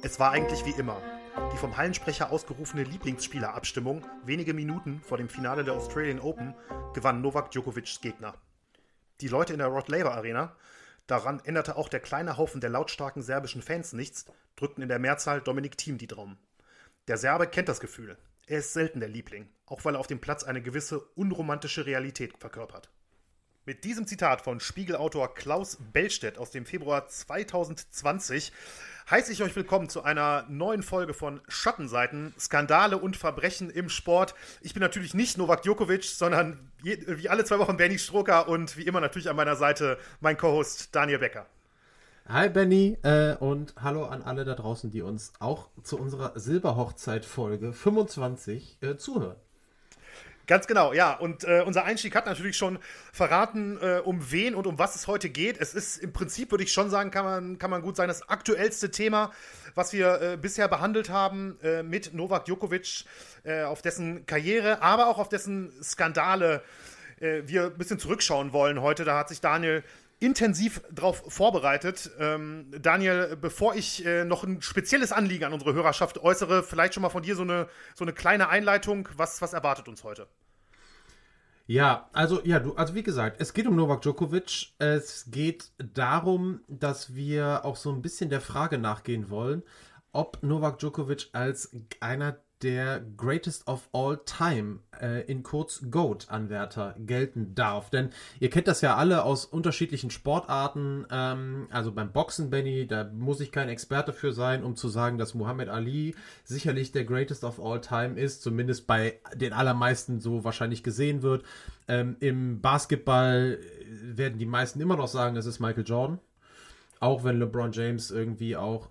Es war eigentlich wie immer. Die vom Hallensprecher ausgerufene Lieblingsspielerabstimmung wenige Minuten vor dem Finale der Australian Open gewann Novak Djokovic's Gegner. Die Leute in der Rod Laver Arena, daran änderte auch der kleine Haufen der lautstarken serbischen Fans nichts, drückten in der Mehrzahl Dominic Thiem die Daumen. Der Serbe kennt das Gefühl. Er ist selten der Liebling, auch weil er auf dem Platz eine gewisse unromantische Realität verkörpert. Mit diesem Zitat von Spiegelautor Klaus Bellstedt aus dem Februar 2020 heiße ich euch willkommen zu einer neuen Folge von Schattenseiten, Skandale und Verbrechen im Sport. Ich bin natürlich nicht Novak Djokovic, sondern wie alle 2 Wochen Benny Stroker und wie immer natürlich an meiner Seite mein Co-Host Daniel Becker. Hi Benny und hallo an alle da draußen, die uns auch zu unserer Silberhochzeit-Folge 25 zuhören. Ganz genau, ja. Und unser Einstieg hat natürlich schon verraten, um wen und um was es heute geht. Es ist im Prinzip, würde ich schon sagen, kann man gut sagen, das aktuellste Thema, was wir bisher behandelt haben mit Novak Djokovic, auf dessen Karriere, aber auch auf dessen Skandale wir ein bisschen zurückschauen wollen heute. Da hat sich Daniel intensiv darauf vorbereitet. Daniel, bevor ich noch ein spezielles Anliegen an unsere Hörerschaft äußere, vielleicht schon mal von dir so eine kleine Einleitung. Was erwartet uns heute? Ja, also wie gesagt, es geht um Novak Djokovic. Es geht darum, dass wir auch so ein bisschen der Frage nachgehen wollen, ob Novak Djokovic als einer der Greatest of All Time, in kurz GOAT-Anwärter gelten darf. Denn ihr kennt das ja alle aus unterschiedlichen Sportarten. Also beim Boxen, Benny, da muss ich kein Experte für sein, um zu sagen, dass Muhammad Ali sicherlich der Greatest of All Time ist, zumindest bei den allermeisten so wahrscheinlich gesehen wird. Im Basketball werden die meisten immer noch sagen, es ist Michael Jordan. Auch wenn LeBron James irgendwie auch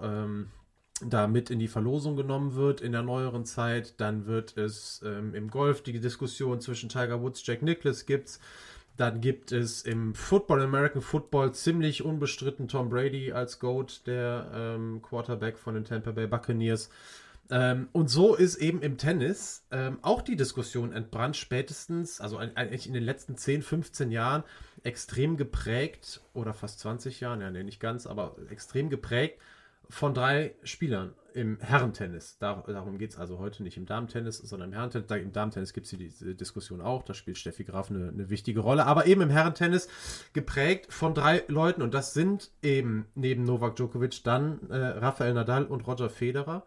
da mit in die Verlosung genommen wird in der neueren Zeit. Dann wird es im Golf die Diskussion zwischen Tiger Woods, Jack Nicklaus gibt's. Dann gibt es im Football, American Football, ziemlich unbestritten Tom Brady als GOAT, der Quarterback von den Tampa Bay Buccaneers. Und so ist eben im Tennis auch die Diskussion entbrannt, spätestens, also eigentlich in den letzten 10, 15 Jahren extrem geprägt, oder fast 20 Jahren, ja, nee, nicht ganz, aber extrem geprägt von 3 Spielern im Herrentennis. Darum geht es also heute nicht im Damentennis, sondern im Herrentennis. Im Damentennis gibt es diese Diskussion auch, da spielt Steffi Graf eine wichtige Rolle, aber eben im Herrentennis geprägt von 3 Leuten, und das sind eben neben Novak Djokovic dann Rafael Nadal und Roger Federer.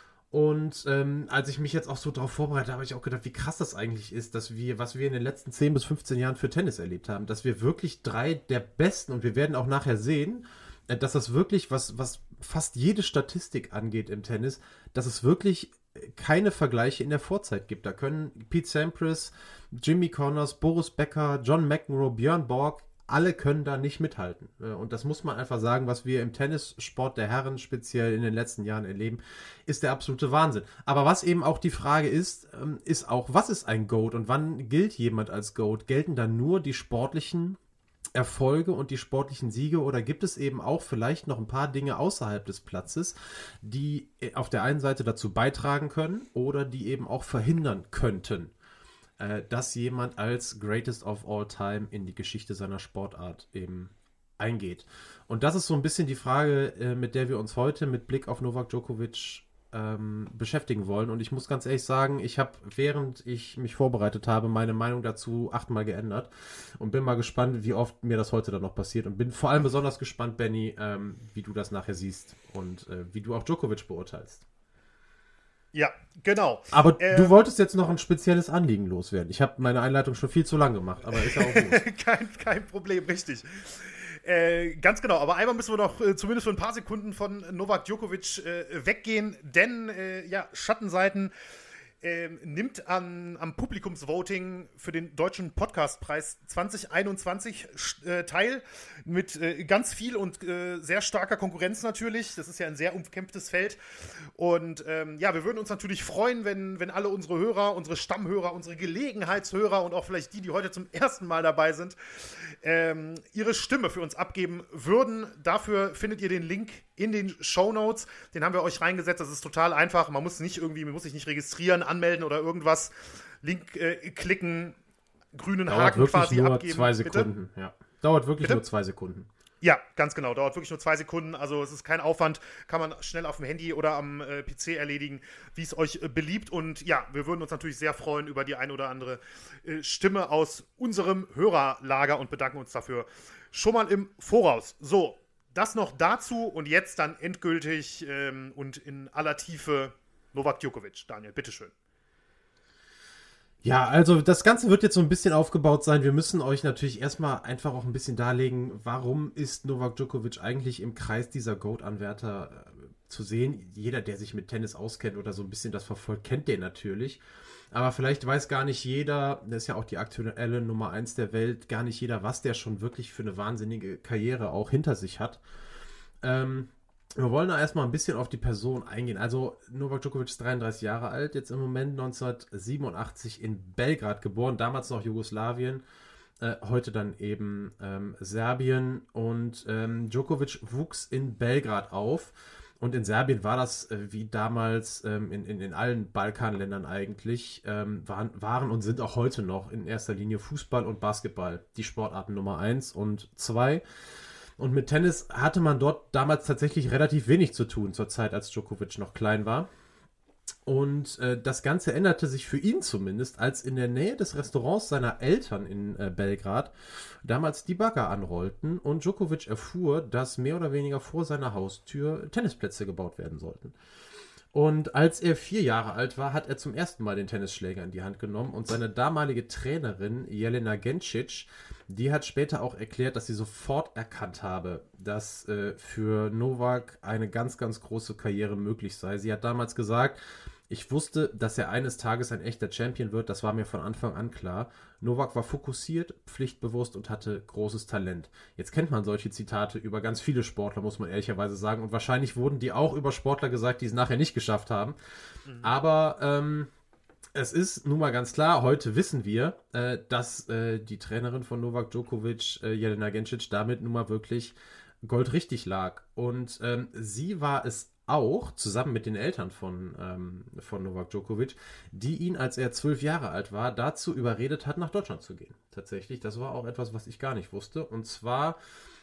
Und als ich mich jetzt auch so darauf vorbereitet habe, habe ich auch gedacht, wie krass das eigentlich ist, was wir in den letzten 10 bis 15 Jahren für Tennis erlebt haben, dass wir wirklich 3 der Besten, und wir werden auch nachher sehen, dass das wirklich, was fast jede Statistik angeht im Tennis, dass es wirklich keine Vergleiche in der Vorzeit gibt. Da können Pete Sampras, Jimmy Connors, Boris Becker, John McEnroe, Björn Borg, alle können da nicht mithalten. Und das muss man einfach sagen, was wir im Tennissport der Herren speziell in den letzten Jahren erleben, ist der absolute Wahnsinn. Aber was eben auch die Frage ist auch, was ist ein GOAT und wann gilt jemand als GOAT? Gelten dann nur die sportlichen Erfolge und die sportlichen Siege, oder gibt es eben auch vielleicht noch ein paar Dinge außerhalb des Platzes, die auf der einen Seite dazu beitragen können oder die eben auch verhindern könnten, dass jemand als Greatest of All Time in die Geschichte seiner Sportart eben eingeht. Und das ist so ein bisschen die Frage, mit der wir uns heute mit Blick auf Novak Djokovic beschäftigen wollen. Und ich muss ganz ehrlich sagen, ich habe, während ich mich vorbereitet habe, meine Meinung dazu 8-mal geändert und bin mal gespannt, wie oft mir das heute dann noch passiert, und bin vor allem besonders gespannt, Benny, wie du das nachher siehst und wie du auch Djokovic beurteilst. Ja, genau. Aber du wolltest jetzt noch ein spezielles Anliegen loswerden. Ich habe meine Einleitung schon viel zu lang gemacht, aber ist ja auch gut. Kein Problem, richtig. Ganz genau, aber einmal müssen wir noch zumindest für ein paar Sekunden von Novak Djokovic weggehen, denn Schattenseiten nimmt am Publikumsvoting für den Deutschen Podcastpreis 2021 teil, mit ganz viel und sehr starker Konkurrenz natürlich. Das ist ja ein sehr umkämpftes Feld. Und wir würden uns natürlich freuen, wenn alle unsere Hörer, unsere Stammhörer, unsere Gelegenheitshörer und auch vielleicht die heute zum ersten Mal dabei sind, ihre Stimme für uns abgeben würden. Dafür findet ihr den Link in den Shownotes. Den haben wir euch reingesetzt. Das ist total einfach. Man muss sich nicht registrieren, anmelden oder irgendwas. Link klicken, grünen Dauert Haken quasi nur abgeben. 2 Sekunden. Ja. Dauert wirklich Bitte? nur 2 Sekunden. Ja, ganz genau. Dauert wirklich nur 2 Sekunden. Also es ist kein Aufwand. Kann man schnell auf dem Handy oder am PC erledigen, wie es euch beliebt. Und ja, wir würden uns natürlich sehr freuen über die ein oder andere Stimme aus unserem Hörerlager und bedanken uns dafür schon mal im Voraus. So, das noch dazu und jetzt dann endgültig und in aller Tiefe Novak Djokovic. Daniel, bitteschön. Ja, also das Ganze wird jetzt so ein bisschen aufgebaut sein. Wir müssen euch natürlich erstmal einfach auch ein bisschen darlegen, warum ist Novak Djokovic eigentlich im Kreis dieser GOAT-Anwärter zu sehen. Jeder, der sich mit Tennis auskennt oder so ein bisschen das verfolgt, kennt den natürlich. Aber vielleicht weiß gar nicht jeder, der ist ja auch die aktuelle Nummer 1 der Welt, gar nicht jeder, was der schon wirklich für eine wahnsinnige Karriere auch hinter sich hat. Wir wollen da erstmal ein bisschen auf die Person eingehen. Also Novak Djokovic ist 33 Jahre alt, jetzt im Moment 1987 in Belgrad geboren, damals noch Jugoslawien, heute dann eben Serbien. Und Djokovic wuchs in Belgrad auf. Und in Serbien war das wie damals in allen Balkanländern eigentlich, waren und sind auch heute noch in erster Linie Fußball und Basketball die Sportarten Nummer 1 und 2. Und mit Tennis hatte man dort damals tatsächlich relativ wenig zu tun, zur Zeit, als Djokovic noch klein war. Und das Ganze änderte sich für ihn zumindest, als in der Nähe des Restaurants seiner Eltern in Belgrad damals die Bagger anrollten und Djokovic erfuhr, dass mehr oder weniger vor seiner Haustür Tennisplätze gebaut werden sollten. Und als er 4 Jahre alt war, hat er zum ersten Mal den Tennisschläger in die Hand genommen und seine damalige Trainerin Jelena Gencic, die hat später auch erklärt, dass sie sofort erkannt habe, dass für Novak eine ganz, ganz große Karriere möglich sei. Sie hat damals gesagt, ich wusste, dass er eines Tages ein echter Champion wird, das war mir von Anfang an klar. Novak war fokussiert, pflichtbewusst und hatte großes Talent. Jetzt kennt man solche Zitate über ganz viele Sportler, muss man ehrlicherweise sagen. Und wahrscheinlich wurden die auch über Sportler gesagt, die es nachher nicht geschafft haben. Aber es ist nun mal ganz klar, heute wissen wir, dass die Trainerin von Novak Djokovic, Jelena Gencic, damit nun mal wirklich goldrichtig lag. Und sie war es auch, zusammen mit den Eltern von Novak Djokovic, die ihn, als er 12 Jahre alt war, dazu überredet hat, nach Deutschland zu gehen. Tatsächlich, das war auch etwas, was ich gar nicht wusste. Und zwar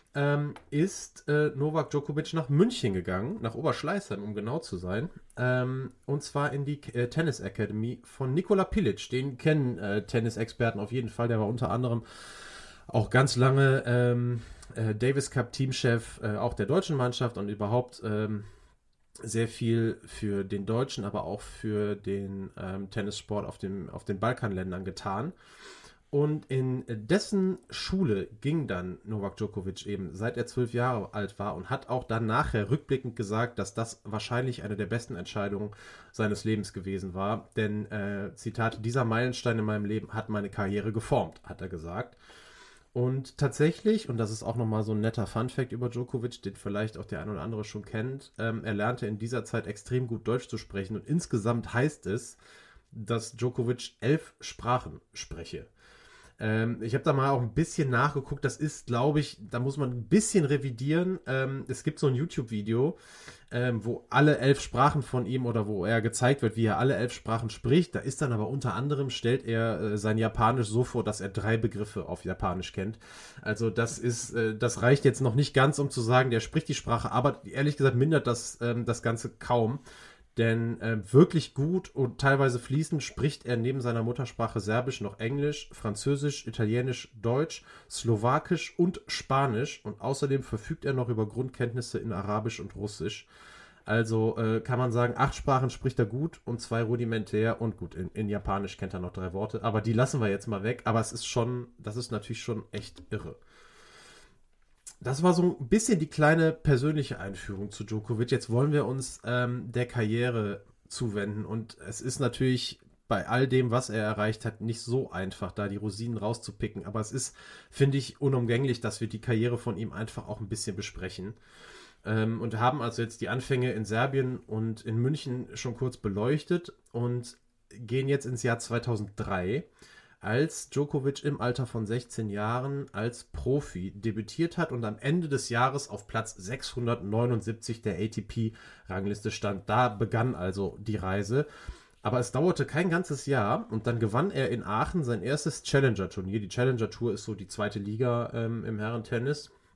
ist Novak Djokovic nach München gegangen, nach Oberschleißheim, um genau zu sein. Und zwar in die Tennis Academy von Nikola Pilic. Den kennen Tennisexperten auf jeden Fall. Der war unter anderem auch ganz lange Davis Cup Teamchef auch der deutschen Mannschaft und überhaupt sehr viel für den deutschen, aber auch für den Tennissport auf den Balkanländern getan. Und in dessen Schule ging dann Novak Djokovic eben, seit er 12 Jahre alt war, und hat auch dann nachher rückblickend gesagt, dass das wahrscheinlich eine der besten Entscheidungen seines Lebens gewesen war. Denn, Zitat, dieser Meilenstein in meinem Leben hat meine Karriere geformt, hat er gesagt. Und tatsächlich, und das ist auch nochmal so ein netter Funfact über Djokovic, den vielleicht auch der ein oder andere schon kennt, er lernte in dieser Zeit extrem gut Deutsch zu sprechen und insgesamt heißt es, dass Djokovic 11 Sprachen spreche. Ich habe da mal auch ein bisschen nachgeguckt, das ist, glaube ich, da muss man ein bisschen revidieren. Es gibt so ein YouTube-Video, wo alle 11 Sprachen von ihm oder wo er gezeigt wird, wie er alle 11 Sprachen spricht. Da ist dann aber unter anderem, stellt er sein Japanisch so vor, dass er 3 Begriffe auf Japanisch kennt. Also das reicht jetzt noch nicht ganz, um zu sagen, der spricht die Sprache, aber ehrlich gesagt mindert das Ganze kaum. Denn wirklich gut und teilweise fließend spricht er neben seiner Muttersprache Serbisch noch Englisch, Französisch, Italienisch, Deutsch, Slowakisch und Spanisch. Und außerdem verfügt er noch über Grundkenntnisse in Arabisch und Russisch. Also kann man sagen, 8 Sprachen spricht er gut und 2 rudimentär. Und gut, in Japanisch kennt er noch 3 Worte. Aber die lassen wir jetzt mal weg. Aber das ist natürlich schon echt irre. Das war so ein bisschen die kleine persönliche Einführung zu Djokovic. Jetzt wollen wir uns der Karriere zuwenden. Und es ist natürlich bei all dem, was er erreicht hat, nicht so einfach, da die Rosinen rauszupicken. Aber es ist, finde ich, unumgänglich, dass wir die Karriere von ihm einfach auch ein bisschen besprechen. Und haben also jetzt die Anfänge in Serbien und in München schon kurz beleuchtet und gehen jetzt ins Jahr 2003, als Djokovic im Alter von 16 Jahren als Profi debütiert hat und am Ende des Jahres auf Platz 679 der ATP-Rangliste stand. Da begann also die Reise. Aber es dauerte kein ganzes Jahr und dann gewann er in Aachen sein erstes Challenger-Turnier. Die Challenger-Tour ist so die zweite Liga im Herrentennis.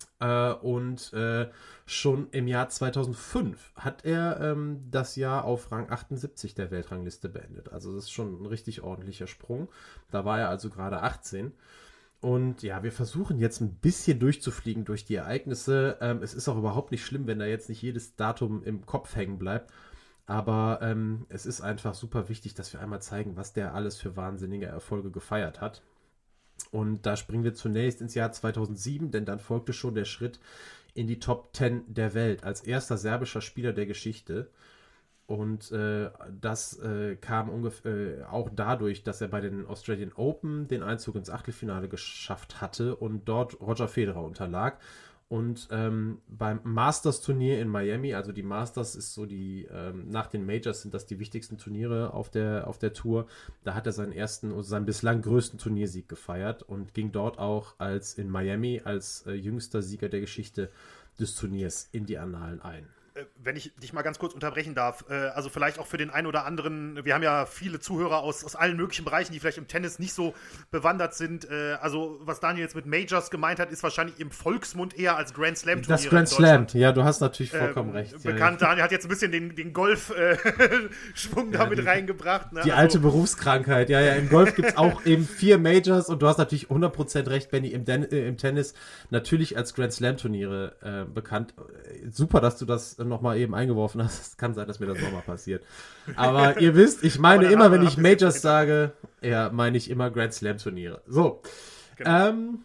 Schon im Jahr 2005 hat er das Jahr auf Rang 78 der Weltrangliste beendet. Also das ist schon ein richtig ordentlicher Sprung. Da war er also gerade 18. Und ja, wir versuchen jetzt ein bisschen durchzufliegen durch die Ereignisse. Es ist auch überhaupt nicht schlimm, wenn da jetzt nicht jedes Datum im Kopf hängen bleibt. Aber es ist einfach super wichtig, dass wir einmal zeigen, was der alles für wahnsinnige Erfolge gefeiert hat. Und da springen wir zunächst ins Jahr 2007, denn dann folgte schon der Schritt in die Top 10 der Welt als erster serbischer Spieler der Geschichte. Und das kam auch dadurch, dass er bei den Australian Open den Einzug ins Achtelfinale geschafft hatte und dort Roger Federer unterlag. Und beim Masters-Turnier in Miami, also die Masters ist so nach den Majors sind das die wichtigsten Turniere auf der Tour, da hat er seinen bislang größten Turniersieg gefeiert und ging dort auch in Miami als jüngster Sieger der Geschichte des Turniers in die Annalen ein. Wenn ich dich mal ganz kurz unterbrechen darf, also vielleicht auch für den einen oder anderen, wir haben ja viele Zuhörer aus allen möglichen Bereichen, die vielleicht im Tennis nicht so bewandert sind. Also was Daniel jetzt mit Majors gemeint hat, ist wahrscheinlich im Volksmund eher als Grand Slam Turnier. Das Grand Slam, ja, du hast natürlich vollkommen recht. Bekannt, ja. Daniel hat jetzt ein bisschen den Golf-Schwung damit reingebracht. Ne? Die alte Berufskrankheit, ja, im Golf gibt es auch eben 4 Majors und du hast natürlich 100% recht, Benny, im Tennis natürlich als Grand Slam Turniere bekannt. Super, dass du das nochmal eben eingeworfen hast. Es kann sein, dass mir das nochmal passiert. Aber ihr wisst, ich meine immer, wenn ich Majors sage, ja, meine ich immer Grand Slam Turniere. So. Genau.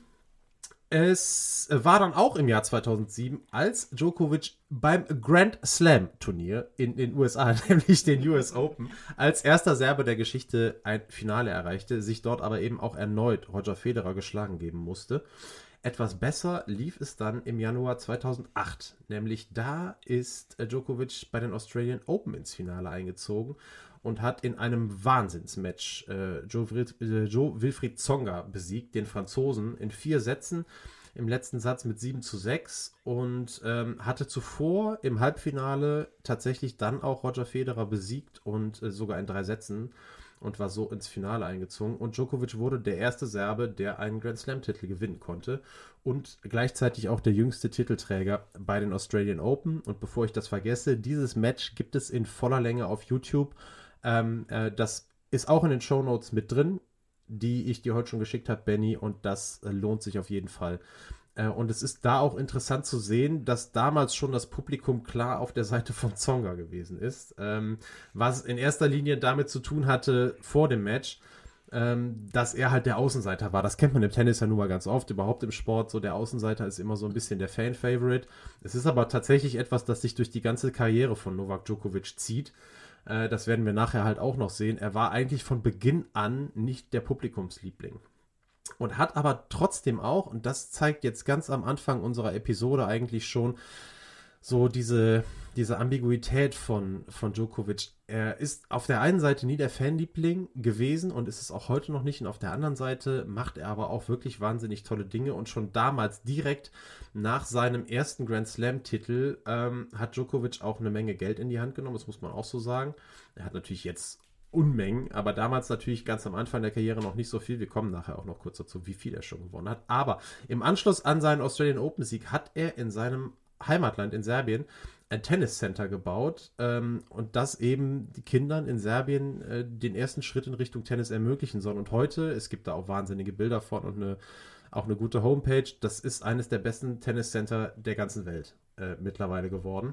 Es war dann auch im Jahr 2007, als Djokovic beim Grand Slam Turnier in den USA, nämlich den US Open, als erster Serbe der Geschichte ein Finale erreichte, sich dort aber eben auch erneut Roger Federer geschlagen geben musste. Etwas besser lief es dann im Januar 2008, nämlich da ist Djokovic bei den Australian Open ins Finale eingezogen und hat in einem Wahnsinnsmatch Wilfried Tsonga besiegt, den Franzosen, in 4 Sätzen, im letzten Satz mit 7:6 und hatte zuvor im Halbfinale tatsächlich dann auch Roger Federer besiegt und sogar in 3 Sätzen und war so ins Finale eingezogen. Und Djokovic wurde der erste Serbe, der einen Grand Slam-Titel gewinnen konnte und gleichzeitig auch der jüngste Titelträger bei den Australian Open. Und bevor ich das vergesse, dieses Match gibt es in voller Länge auf YouTube. Das ist auch in den Shownotes mit drin, die ich dir heute schon geschickt habe, Benny, und das lohnt sich auf jeden Fall. Und es ist da auch interessant zu sehen, dass damals schon das Publikum klar auf der Seite von Tsonga gewesen ist. Was in erster Linie damit zu tun hatte vor dem Match, dass er halt der Außenseiter war. Das kennt man im Tennis ja nun mal ganz oft, überhaupt im Sport. So der Außenseiter ist immer so ein bisschen der Fan-Favorite. Es ist aber tatsächlich etwas, das sich durch die ganze Karriere von Novak Djokovic zieht. Das werden wir nachher halt auch noch sehen. Er war eigentlich von Beginn an nicht der Publikumsliebling. Und hat aber trotzdem auch, und das zeigt jetzt ganz am Anfang unserer Episode eigentlich schon so diese Ambiguität von Djokovic. Er ist auf der einen Seite nie der Fanliebling gewesen und ist es auch heute noch nicht. Und auf der anderen Seite macht er aber auch wirklich wahnsinnig tolle Dinge. Und schon damals, direkt nach seinem ersten Grand Slam-Titel, hat Djokovic auch eine Menge Geld in die Hand genommen. Das muss man auch so sagen. Er hat natürlich jetzt Unmengen, aber damals natürlich ganz am Anfang der Karriere noch nicht so viel. Wir kommen nachher auch noch kurz dazu, wie viel er schon gewonnen hat. Aber im Anschluss an seinen Australian Open-Sieg hat er in seinem Heimatland in Serbien ein Tenniscenter gebaut und das eben die Kindern in Serbien den ersten Schritt in Richtung Tennis ermöglichen soll. Und heute, es gibt da auch wahnsinnige Bilder von und auch eine gute Homepage, das ist eines der besten Tenniscenter der ganzen Welt mittlerweile geworden.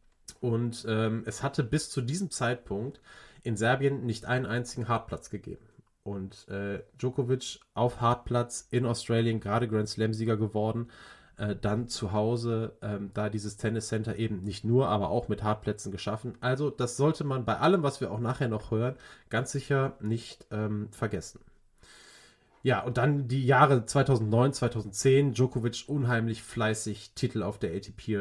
Und es hatte bis zu diesem Zeitpunkt in Serbien nicht einen einzigen Hartplatz gegeben. Und Djokovic auf Hartplatz in Australien, gerade Grand Slam-Sieger geworden, dann zu Hause da dieses Tenniscenter eben nicht nur, aber auch mit Hartplätzen geschaffen. Also das sollte man bei allem, was wir auch nachher noch hören, ganz sicher nicht vergessen. Ja, und dann die Jahre 2009, 2010, Djokovic unheimlich fleißig Titel auf der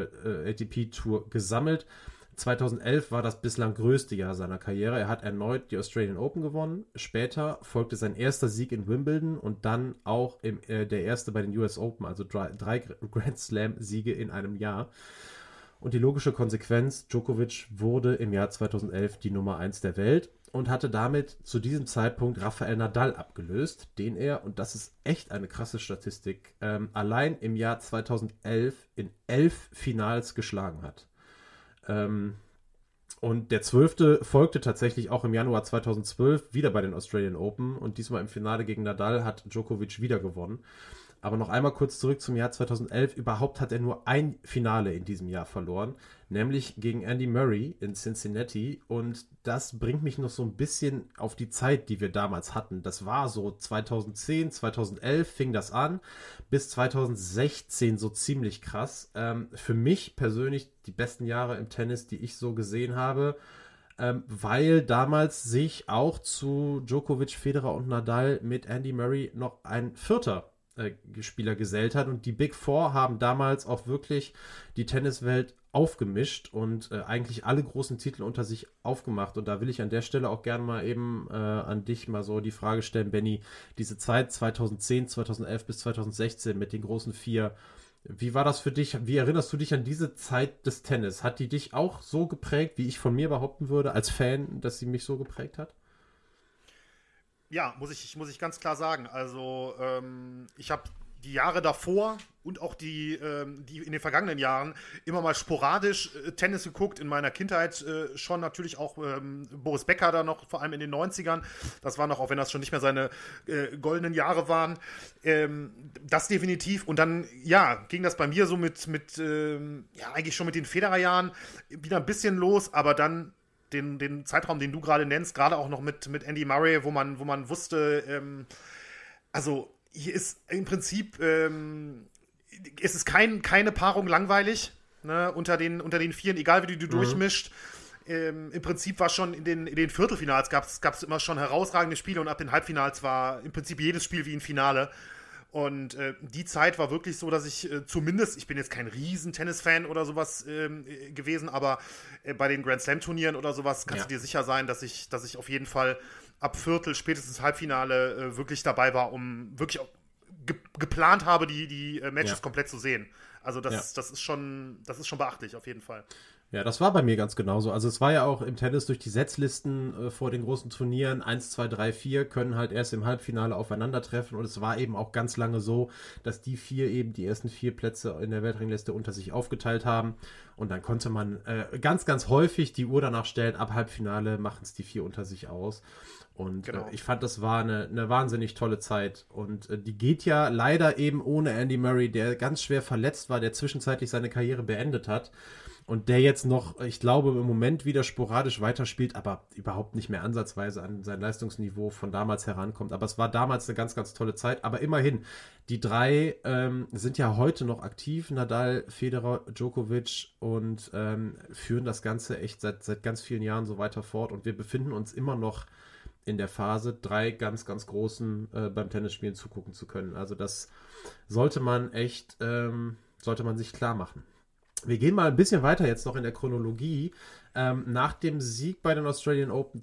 ATP-Tour gesammelt. 2011 war das bislang größte Jahr seiner Karriere. Er hat erneut die Australian Open gewonnen. Später folgte sein erster Sieg in Wimbledon und dann auch der erste bei den US Open, also 3 Grand Slam-Siege in einem Jahr. Und die logische Konsequenz, Djokovic wurde im Jahr 2011 die Nummer 1 der Welt. und hatte damit zu diesem Zeitpunkt Rafael Nadal abgelöst, den er, und das ist echt eine krasse Statistik, allein im Jahr 2011 in 11 Finals geschlagen hat. Und der 12. folgte tatsächlich auch im Januar 2012 wieder bei den Australian Open und diesmal im Finale gegen Nadal hat Djokovic wieder gewonnen. Aber noch einmal kurz zurück zum Jahr 2011. Überhaupt hat er nur ein Finale in diesem Jahr verloren, nämlich gegen Andy Murray in Cincinnati. Und das bringt mich noch so ein bisschen auf die Zeit, die wir damals hatten. Das war so 2010, 2011 fing das an, bis 2016 so ziemlich krass. Für mich persönlich die besten Jahre im Tennis, die ich so gesehen habe, weil damals sich auch zu Djokovic, Federer und Nadal mit Andy Murray noch ein vierter Spieler gesellt hat und die Big Four haben damals auch wirklich die Tenniswelt aufgemischt und eigentlich alle großen Titel unter sich aufgemacht und da will ich an der Stelle auch gerne mal eben an dich mal so die Frage stellen, Benny, diese Zeit 2010, 2011 bis 2016 mit den großen vier, wie war das für dich? Wie erinnerst du dich an diese Zeit des Tennis? Hat die dich auch so geprägt, wie ich von mir behaupten würde, als Fan, dass sie mich so geprägt hat? Ja, muss ich ganz klar sagen. Also, ich habe die Jahre davor und auch die in den vergangenen Jahren immer mal sporadisch Tennis geguckt. In meiner Kindheit schon natürlich auch Boris Becker da noch, vor allem in den 90ern. Das war noch, auch wenn das schon nicht mehr seine goldenen Jahre waren. Das definitiv. Und dann, ja, ging das bei mir so mit eigentlich schon mit den Federer-Jahren wieder ein bisschen los, aber dann den Zeitraum, den du gerade nennst, gerade auch noch mit Andy Murray, wo man wusste, also hier ist im Prinzip, es ist keine Paarung langweilig, ne, unter den Vieren, egal wie du durchmischt. Im Prinzip war schon in den Viertelfinals gab's immer schon herausragende Spiele und ab den Halbfinals war im Prinzip jedes Spiel wie ein Finale. Und die Zeit war wirklich so, dass ich zumindest, ich bin jetzt kein Riesen-Tennis-Fan oder sowas gewesen, aber bei den Grand Slam-Turnieren oder sowas kannst du dir sicher sein, dass ich auf jeden Fall ab Viertel, spätestens Halbfinale wirklich dabei war, um wirklich auch geplant habe, die Matches komplett zu sehen. Also das ist schon beachtlich, auf jeden Fall. Ja, das war bei mir ganz genauso. Also es war ja auch im Tennis durch die Setzlisten vor den großen Turnieren 1, 2, 3, 4 können halt erst im Halbfinale aufeinandertreffen und es war eben auch ganz lange so, dass die vier eben die ersten 4 Plätze in der Weltrangliste unter sich aufgeteilt haben und dann konnte man ganz, ganz häufig die Uhr danach stellen, ab Halbfinale machen es die 4 unter sich aus. Und genau. Ich fand, das war eine wahnsinnig tolle Zeit. Und die geht ja leider eben ohne Andy Murray, der ganz schwer verletzt war, der zwischenzeitlich seine Karriere beendet hat. Und der jetzt noch, ich glaube, im Moment wieder sporadisch weiterspielt, aber überhaupt nicht mehr ansatzweise an sein Leistungsniveau von damals herankommt. Aber es war damals eine ganz, ganz tolle Zeit. Aber immerhin, die 3 sind ja heute noch aktiv, Nadal, Federer, Djokovic und führen das Ganze echt seit ganz vielen Jahren so weiter fort. Und wir befinden uns immer noch in der Phase, 3 ganz, ganz großen beim Tennisspielen zugucken zu können. Also das sollte man echt, sollte man sich klar machen. Wir gehen mal ein bisschen weiter jetzt noch in der Chronologie. Nach dem Sieg bei den Australian Open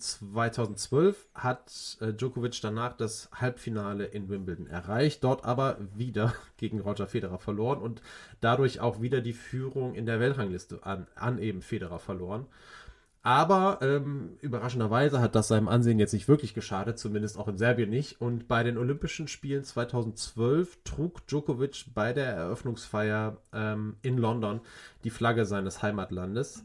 2012 hat Djokovic danach das Halbfinale in Wimbledon erreicht, dort aber wieder gegen Roger Federer verloren und dadurch auch wieder die Führung in der Weltrangliste an eben Federer verloren. Aber überraschenderweise hat das seinem Ansehen jetzt nicht wirklich geschadet, zumindest auch in Serbien nicht. Und bei den Olympischen Spielen 2012 trug Djokovic bei der Eröffnungsfeier in London die Flagge seines Heimatlandes.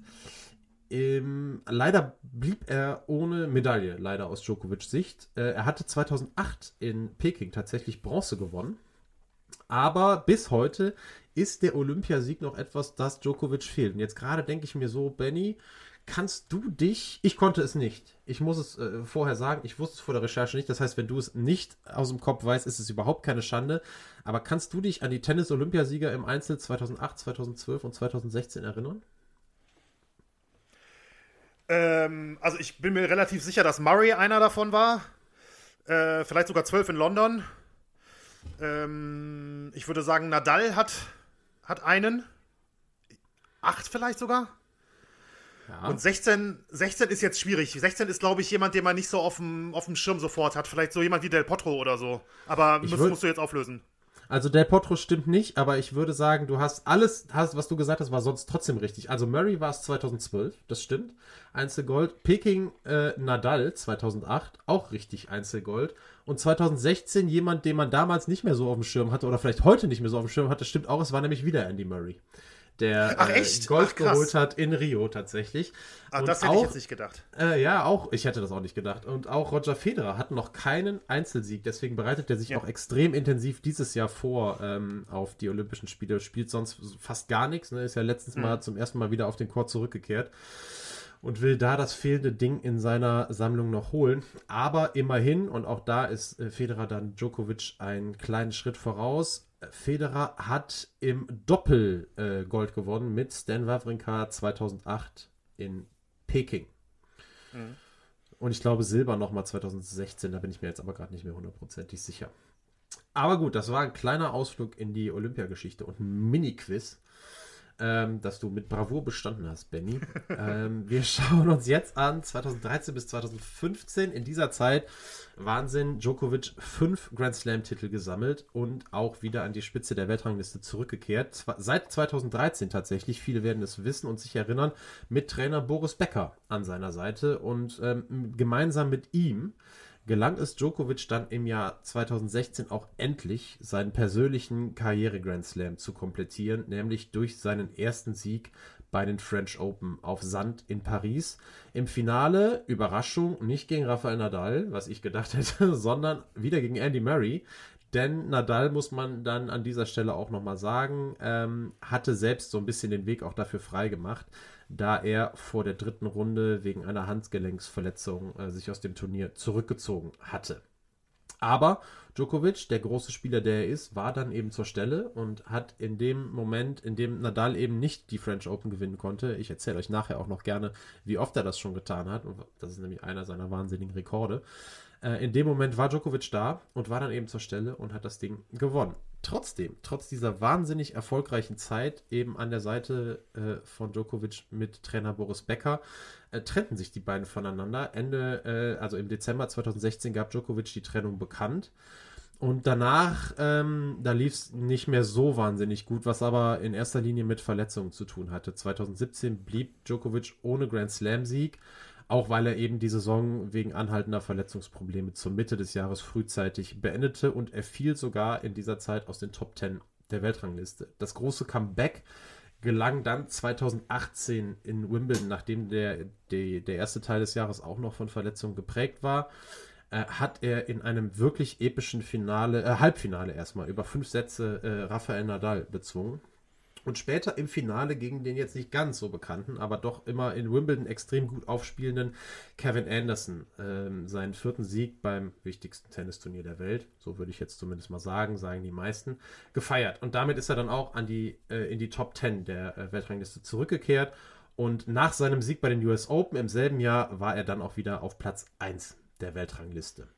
Leider blieb er ohne Medaille, leider aus Djokovics Sicht. Er hatte 2008 in Peking tatsächlich Bronze gewonnen. Aber bis heute ist der Olympiasieg noch etwas, das Djokovic fehlt. Und jetzt gerade denke ich mir so, Benny, kannst du dich, ich konnte es nicht, ich muss es vorher sagen, ich wusste es vor der Recherche nicht, das heißt, wenn du es nicht aus dem Kopf weißt, ist es überhaupt keine Schande, aber kannst du dich an die Tennis-Olympiasieger im Einzel 2008, 2012 und 2016 erinnern? Also ich bin mir relativ sicher, dass Murray einer davon war, vielleicht sogar 12 in London. Ich würde sagen, Nadal hat einen, 8 vielleicht sogar. Ja. Und 16 ist jetzt schwierig. 16 ist, glaube ich, jemand, den man nicht so auf dem Schirm sofort hat. Vielleicht so jemand wie Del Potro oder so. Aber musst du jetzt auflösen. Also Del Potro stimmt nicht, aber ich würde sagen, du hast alles, was du gesagt hast, war sonst trotzdem richtig. Also Murray war es 2012, das stimmt, Einzelgold. Peking Nadal 2008, auch richtig Einzelgold. Und 2016 jemand, den man damals nicht mehr so auf dem Schirm hatte oder vielleicht heute nicht mehr so auf dem Schirm hatte, stimmt auch, es war nämlich wieder Andy Murray, der Gold geholt hat in Rio tatsächlich. Und das hätte ich jetzt nicht gedacht. Ja, auch, ich hätte das auch nicht gedacht. Und auch Roger Federer hat noch keinen Einzelsieg, deswegen bereitet er sich auch extrem intensiv dieses Jahr vor auf die Olympischen Spiele, spielt sonst fast gar nichts, ne? Ist ja letztens mal zum ersten Mal wieder auf den Court zurückgekehrt und will da das fehlende Ding in seiner Sammlung noch holen. Aber immerhin, und auch da ist Federer dann Djokovic einen kleinen Schritt voraus. Federer hat im Doppel Gold gewonnen mit Stan Wawrinka 2008 in Peking. Und ich glaube Silber nochmal 2016, da bin ich mir jetzt aber gerade nicht mehr hundertprozentig sicher. Aber gut, das war ein kleiner Ausflug in die Olympiageschichte und ein Mini-Quiz, das du mit Bravour bestanden hast, Benny. Wir schauen uns jetzt an 2013 bis 2015. In dieser Zeit Wahnsinn, Djokovic 5 Grand Slam-Titel gesammelt und auch wieder an die Spitze der Weltrangliste zurückgekehrt. Seit 2013 tatsächlich, viele werden es wissen und sich erinnern, mit Trainer Boris Becker an seiner Seite. Und gemeinsam mit ihm gelang es Djokovic dann im Jahr 2016 auch endlich seinen persönlichen Karriere-Grand Slam zu komplettieren, nämlich durch seinen ersten Sieg bei den French Open auf Sand in Paris. Im Finale, Überraschung, nicht gegen Rafael Nadal, was ich gedacht hätte, sondern wieder gegen Andy Murray. Denn Nadal, muss man dann an dieser Stelle auch nochmal sagen, hatte selbst so ein bisschen den Weg auch dafür frei gemacht, da er vor der dritten Runde wegen einer Handgelenksverletzung sich aus dem Turnier zurückgezogen hatte. Aber Djokovic, der große Spieler, der er ist, war dann eben zur Stelle und hat in dem Moment, in dem Nadal eben nicht die French Open gewinnen konnte, ich erzähle euch nachher auch noch gerne, wie oft er das schon getan hat, und das ist nämlich einer seiner wahnsinnigen Rekorde. In dem Moment war Djokovic da und war dann eben zur Stelle und hat das Ding gewonnen. Trotzdem, trotz dieser wahnsinnig erfolgreichen Zeit eben an der Seite von Djokovic mit Trainer Boris Becker, trennten sich die beiden voneinander. Also im Dezember 2016 gab Djokovic die Trennung bekannt. Und danach, da lief es nicht mehr so wahnsinnig gut, was aber in erster Linie mit Verletzungen zu tun hatte. 2017 blieb Djokovic ohne Grand Slam-Sieg, auch weil er eben die Saison wegen anhaltender Verletzungsprobleme zur Mitte des Jahres frühzeitig beendete und er fiel sogar in dieser Zeit aus den Top 10 der Weltrangliste. Das große Comeback gelang dann 2018 in Wimbledon, nachdem der erste Teil des Jahres auch noch von Verletzungen geprägt war. Hat er in einem wirklich epischen Halbfinale erstmal über 5 Sätze Rafael Nadal bezwungen. Und später im Finale gegen den jetzt nicht ganz so bekannten, aber doch immer in Wimbledon extrem gut aufspielenden Kevin Anderson, seinen 4. Sieg beim wichtigsten Tennisturnier der Welt, so würde ich jetzt zumindest mal sagen die meisten, gefeiert. Und damit ist er dann auch in die Top 10 der Weltrangliste zurückgekehrt. Und nach seinem Sieg bei den US Open im selben Jahr war er dann auch wieder auf Platz 1 der Weltrangliste.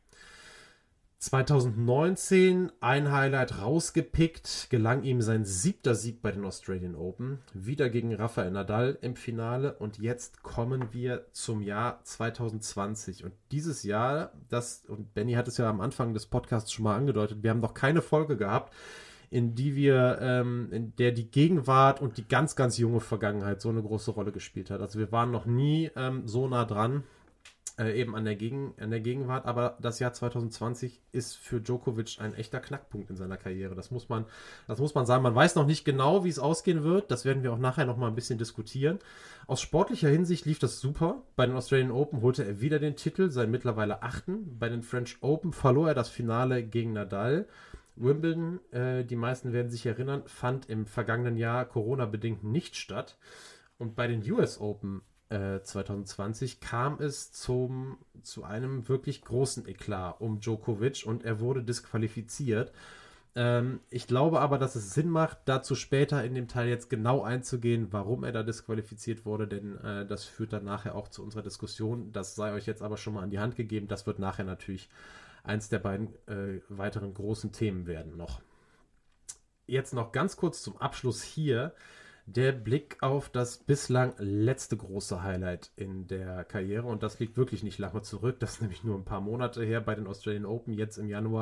2019 ein Highlight rausgepickt, gelang ihm sein 7. Sieg bei den Australian Open, wieder gegen Rafael Nadal im Finale und jetzt kommen wir zum Jahr 2020 und dieses Jahr, und Benny hat es ja am Anfang des Podcasts schon mal angedeutet, wir haben noch keine Folge gehabt, in der die Gegenwart und die ganz, ganz junge Vergangenheit so eine große Rolle gespielt hat. Also wir waren noch nie so nah dran, eben an der Gegenwart, aber das Jahr 2020 ist für Djokovic ein echter Knackpunkt in seiner Karriere. Das muss man sagen. Man weiß noch nicht genau, wie es ausgehen wird. Das werden wir auch nachher noch mal ein bisschen diskutieren. Aus sportlicher Hinsicht lief das super. Bei den Australian Open holte er wieder den Titel, seinen mittlerweile 8. Bei den French Open verlor er das Finale gegen Nadal. Wimbledon, die meisten werden sich erinnern, fand im vergangenen Jahr Corona-bedingt nicht statt. Und bei den US Open 2020 kam es zu einem wirklich großen Eklat um Djokovic und er wurde disqualifiziert. Ich glaube aber, dass es Sinn macht, dazu später in dem Teil jetzt genau einzugehen, warum er da disqualifiziert wurde, denn das führt dann nachher auch zu unserer Diskussion. Das sei euch jetzt aber schon mal an die Hand gegeben. Das wird nachher natürlich eins der beiden weiteren großen Themen werden noch. Jetzt noch ganz kurz zum Abschluss hier der Blick auf das bislang letzte große Highlight in der Karriere und das liegt wirklich nicht lange zurück, das ist nämlich nur ein paar Monate her bei den Australian Open, jetzt im Januar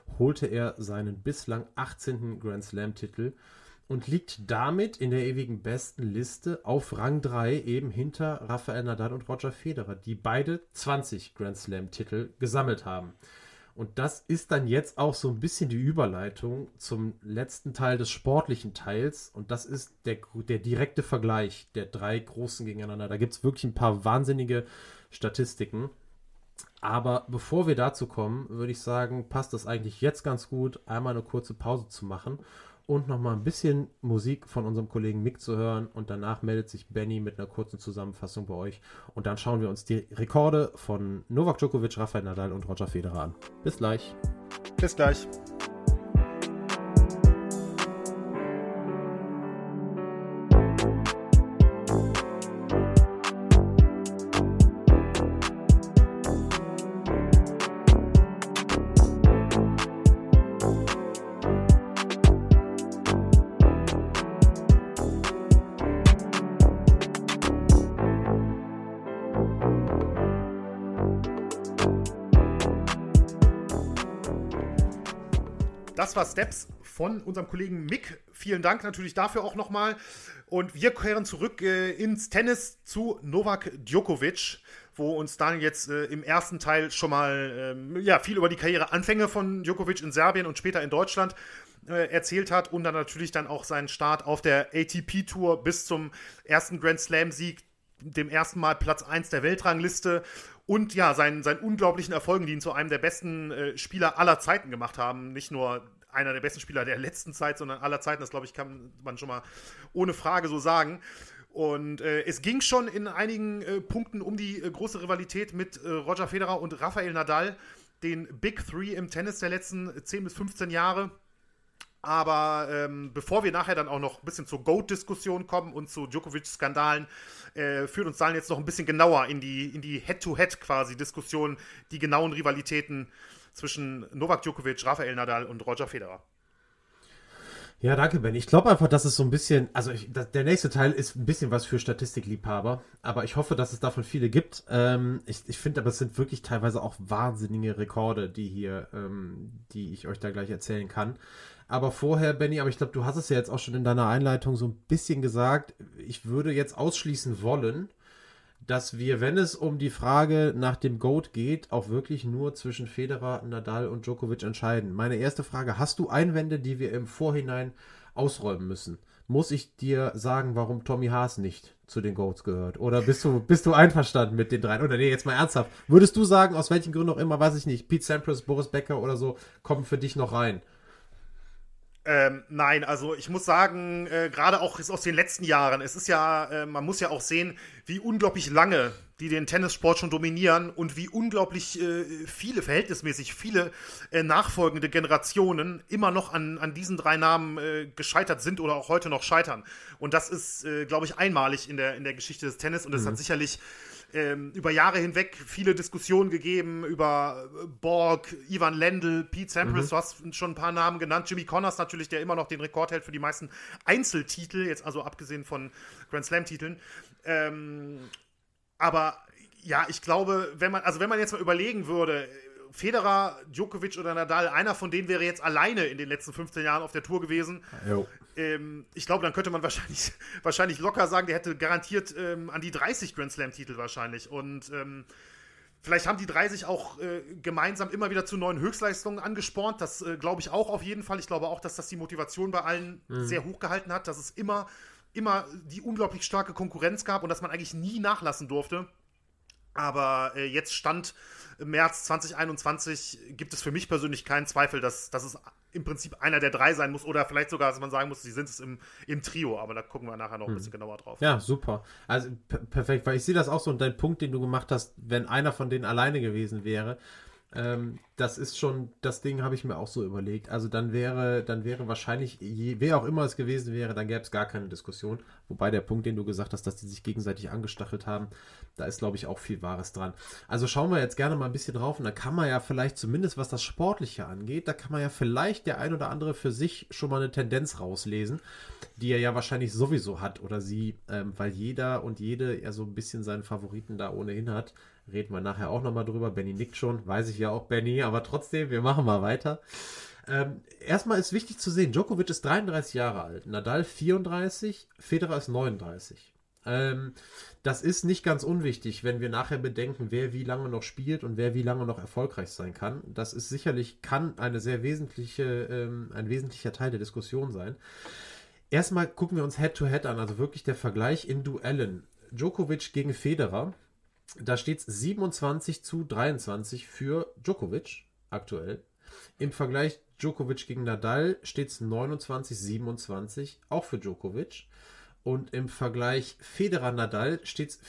holte er seinen bislang 18. Grand Slam-Titel und liegt damit in der ewigen Bestenliste auf Rang 3 eben hinter Rafael Nadal und Roger Federer, die beide 20 Grand Slam-Titel gesammelt haben. Und das ist dann jetzt auch so ein bisschen die Überleitung zum letzten Teil des sportlichen Teils. Und das ist der direkte Vergleich der 3 Großen gegeneinander. Da gibt es wirklich ein paar wahnsinnige Statistiken. Aber bevor wir dazu kommen, würde ich sagen, passt das eigentlich jetzt ganz gut, einmal eine kurze Pause zu machen und nochmal ein bisschen Musik von unserem Kollegen Mick zu hören. Und danach meldet sich Benny mit einer kurzen Zusammenfassung bei euch. Und dann schauen wir uns die Rekorde von Novak Djokovic, Rafael Nadal und Roger Federer an. Bis gleich. Bis gleich. Das war Steps von unserem Kollegen Mick. Vielen Dank natürlich dafür auch nochmal. Und wir kehren zurück ins Tennis zu Novak Djokovic, wo uns Daniel jetzt im ersten Teil schon mal viel über die Karriereanfänge von Djokovic in Serbien und später in Deutschland erzählt hat und dann natürlich dann auch seinen Start auf der ATP-Tour bis zum ersten Grand Slam-Sieg, dem ersten Mal Platz 1 der Weltrangliste und ja, seinen unglaublichen Erfolgen, die ihn zu einem der besten Spieler aller Zeiten gemacht haben. Nicht nur einer der besten Spieler der letzten Zeit, sondern aller Zeiten. Das, glaube ich, kann man schon mal ohne Frage so sagen. Und es ging schon in einigen Punkten um die große Rivalität mit Roger Federer und Rafael Nadal, den Big Three im Tennis der letzten 10 bis 15 Jahre. Aber bevor wir nachher dann auch noch ein bisschen zur GOAT-Diskussion kommen und zu Djokovic-Skandalen, führt uns dann jetzt noch ein bisschen genauer in die Head-to-Head quasi Diskussion, die genauen Rivalitäten zwischen Novak Djokovic, Rafael Nadal und Roger Federer. Ja, danke, Ben. Ich glaube einfach, dass es so ein bisschen, der nächste Teil ist ein bisschen was für Statistikliebhaber, aber ich hoffe, dass es davon viele gibt. Ich finde aber, es sind wirklich teilweise auch wahnsinnige Rekorde, die ich euch da gleich erzählen kann. Aber vorher, Benny, aber ich glaube, du hast es ja jetzt auch schon in deiner Einleitung so ein bisschen gesagt, ich würde jetzt ausschließen wollen, dass wir, wenn es um die Frage nach dem GOAT geht, auch wirklich nur zwischen Federer, Nadal und Djokovic entscheiden. Meine erste Frage, hast du Einwände, die wir im Vorhinein ausräumen müssen? Muss ich dir sagen, warum Tommy Haas nicht zu den GOATs gehört? Oder bist du einverstanden mit den dreien? Oder nee, jetzt mal ernsthaft. Würdest du sagen, aus welchen Gründen auch immer, weiß ich nicht, Pete Sampras, Boris Becker oder so, kommen für dich noch rein? Nein, also ich muss sagen, gerade auch aus den letzten Jahren, es ist ja, man muss ja auch sehen, wie unglaublich lange die den Tennissport schon dominieren und wie unglaublich verhältnismäßig viele nachfolgende Generationen immer noch an diesen 3 Namen gescheitert sind oder auch heute noch scheitern. Und das ist, glaube ich, einmalig in der Geschichte des Tennis und es hat sicherlich über Jahre hinweg viele Diskussionen gegeben über Borg, Ivan Lendl, Pete Sampras, du hast schon ein paar Namen genannt, Jimmy Connors natürlich, der immer noch den Rekord hält für die meisten Einzeltitel, jetzt also abgesehen von Grand Slam-Titeln. Aber ja, ich glaube, wenn man jetzt mal überlegen würde, Federer, Djokovic oder Nadal, einer von denen wäre jetzt alleine in den letzten 15 Jahren auf der Tour gewesen. Ich glaube, dann könnte man wahrscheinlich locker sagen, der hätte garantiert an die 30 Grand Slam-Titel wahrscheinlich. Und vielleicht haben die 30 auch gemeinsam immer wieder zu neuen Höchstleistungen angespornt. Das glaube ich auch auf jeden Fall. Ich glaube auch, dass das die Motivation bei allen sehr hoch gehalten hat, dass es immer die unglaublich starke Konkurrenz gab und dass man eigentlich nie nachlassen durfte. Aber jetzt Stand März 2021 gibt es für mich persönlich keinen Zweifel, dass es im Prinzip einer der 3 sein muss oder vielleicht sogar, dass man sagen muss, sie sind es im Trio, aber da gucken wir nachher noch ein bisschen genauer drauf. Ja, super. Also perfekt, weil ich sehe das auch so und dein Punkt, den du gemacht hast, wenn einer von denen alleine gewesen wäre, das ist schon, das Ding habe ich mir auch so überlegt. Also dann wäre wahrscheinlich, wer auch immer es gewesen wäre, dann gäbe es gar keine Diskussion. Wobei der Punkt, den du gesagt hast, dass die sich gegenseitig angestachelt haben, da ist, glaube ich, auch viel Wahres dran. Also schauen wir jetzt gerne mal ein bisschen drauf und da kann man ja vielleicht zumindest, was das Sportliche angeht, da kann man ja vielleicht der ein oder andere für sich schon mal eine Tendenz rauslesen, die er ja wahrscheinlich sowieso hat oder sie, weil jeder und jede ja so ein bisschen seinen Favoriten da ohnehin hat. Reden wir nachher auch nochmal drüber. Benny nickt schon, weiß ich ja auch, Benny, aber trotzdem, wir machen mal weiter. Erstmal ist wichtig zu sehen, Djokovic ist 33 Jahre alt, Nadal 34, Federer ist 39. Das ist nicht ganz unwichtig, wenn wir nachher bedenken, wer wie lange noch spielt und wer wie lange noch erfolgreich sein kann. Das ist sicherlich, kann ein wesentlicher Teil der Diskussion sein. Erstmal gucken wir uns Head-to-Head an, also wirklich der Vergleich in Duellen. Djokovic gegen Federer, da steht es 27:23 für Djokovic aktuell. Im Vergleich Djokovic gegen Nadal steht es 29:27 auch für Djokovic. Und im Vergleich Federer-Nadal steht es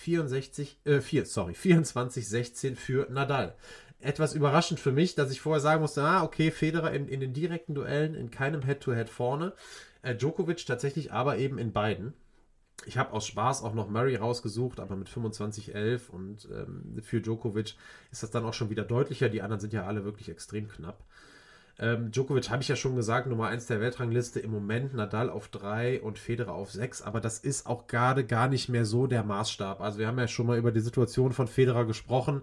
24:16 für Nadal. Etwas überraschend für mich, dass ich vorher sagen musste, okay, Federer in den direkten Duellen in keinem Head-to-Head vorne. Djokovic tatsächlich aber eben in beiden. Ich habe aus Spaß auch noch Murray rausgesucht, aber mit 25:11 und für Djokovic ist das dann auch schon wieder deutlicher. Die anderen sind ja alle wirklich extrem knapp. Djokovic, habe ich ja schon gesagt, Nummer 1 der Weltrangliste im Moment, Nadal auf 3 und Federer auf 6, aber das ist auch gerade gar nicht mehr so der Maßstab. Also wir haben ja schon mal über die Situation von Federer gesprochen,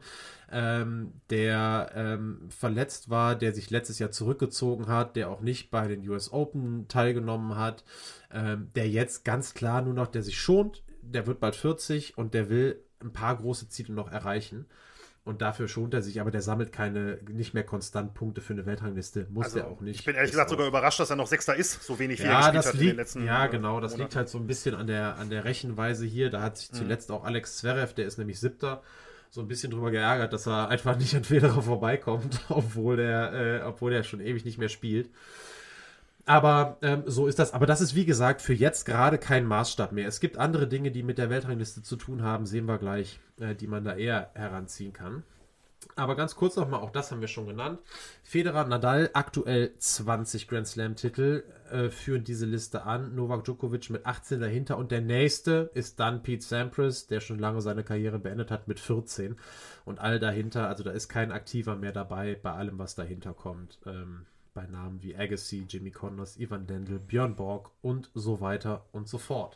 der verletzt war, der sich letztes Jahr zurückgezogen hat, der auch nicht bei den US Open teilgenommen hat, der jetzt ganz klar nur noch, der sich schont, der wird bald 40 und der will ein paar große Ziele noch erreichen. Und dafür schont er sich, aber der sammelt nicht mehr konstant Punkte für eine Weltrangliste. Muss er auch nicht. Ich bin ehrlich gesagt sogar überrascht, dass er noch Sechster ist, so wenig wie er gespielt hat in den letzten genau, das liegt halt so ein bisschen an der Rechenweise hier. Da hat sich zuletzt auch Alex Zverev, der ist nämlich 7., so ein bisschen drüber geärgert, dass er einfach nicht an Federer vorbeikommt, obwohl der schon ewig nicht mehr spielt. Aber so ist das. Aber das ist, wie gesagt, für jetzt gerade kein Maßstab mehr. Es gibt andere Dinge, die mit der Weltrangliste zu tun haben, sehen wir gleich, die man da eher heranziehen kann. Aber ganz kurz nochmal, auch das haben wir schon genannt. Federer, Nadal, aktuell 20 Grand Slam-Titel führen diese Liste an. Novak Djokovic mit 18 dahinter. Und der nächste ist dann Pete Sampras, der schon lange seine Karriere beendet hat mit 14. Und all dahinter, also da ist kein Aktiver mehr dabei, bei allem, was dahinter kommt. Bei Namen wie Agassi, Jimmy Connors, Ivan Lendl, Björn Borg und so weiter und so fort.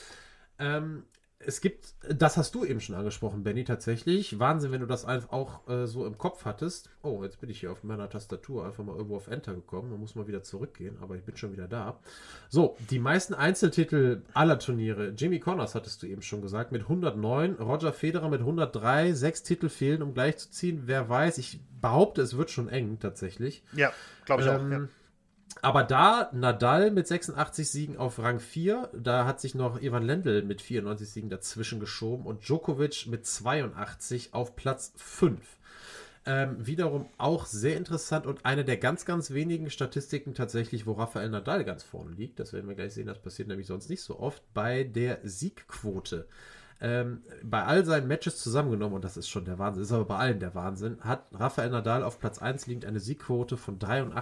Es gibt, das hast du eben schon angesprochen, Benny, tatsächlich. Wahnsinn, wenn du das einfach auch so im Kopf hattest. Oh, jetzt bin ich hier auf meiner Tastatur einfach mal irgendwo auf Enter gekommen. Man muss mal wieder zurückgehen, aber ich bin schon wieder da. So, die meisten Einzeltitel aller Turniere. Jimmy Connors hattest du eben schon gesagt, mit 109. Roger Federer mit 103. 6 Titel fehlen, um gleichzuziehen. Wer weiß, ich behaupte, es wird schon eng tatsächlich. Ja, glaube ich auch. Ja. Aber da Nadal mit 86 Siegen auf Rang 4, da hat sich noch Ivan Lendl mit 94 Siegen dazwischen geschoben und Djokovic mit 82 auf Platz 5. Wiederum auch sehr interessant und eine der ganz, ganz wenigen Statistiken tatsächlich, wo Rafael Nadal ganz vorne liegt. Das werden wir gleich sehen, das passiert nämlich sonst nicht so oft, bei der Siegquote. Bei all seinen Matches zusammengenommen, und das ist schon der Wahnsinn, ist aber bei allen der Wahnsinn, hat Rafael Nadal auf Platz 1 liegend eine Siegquote von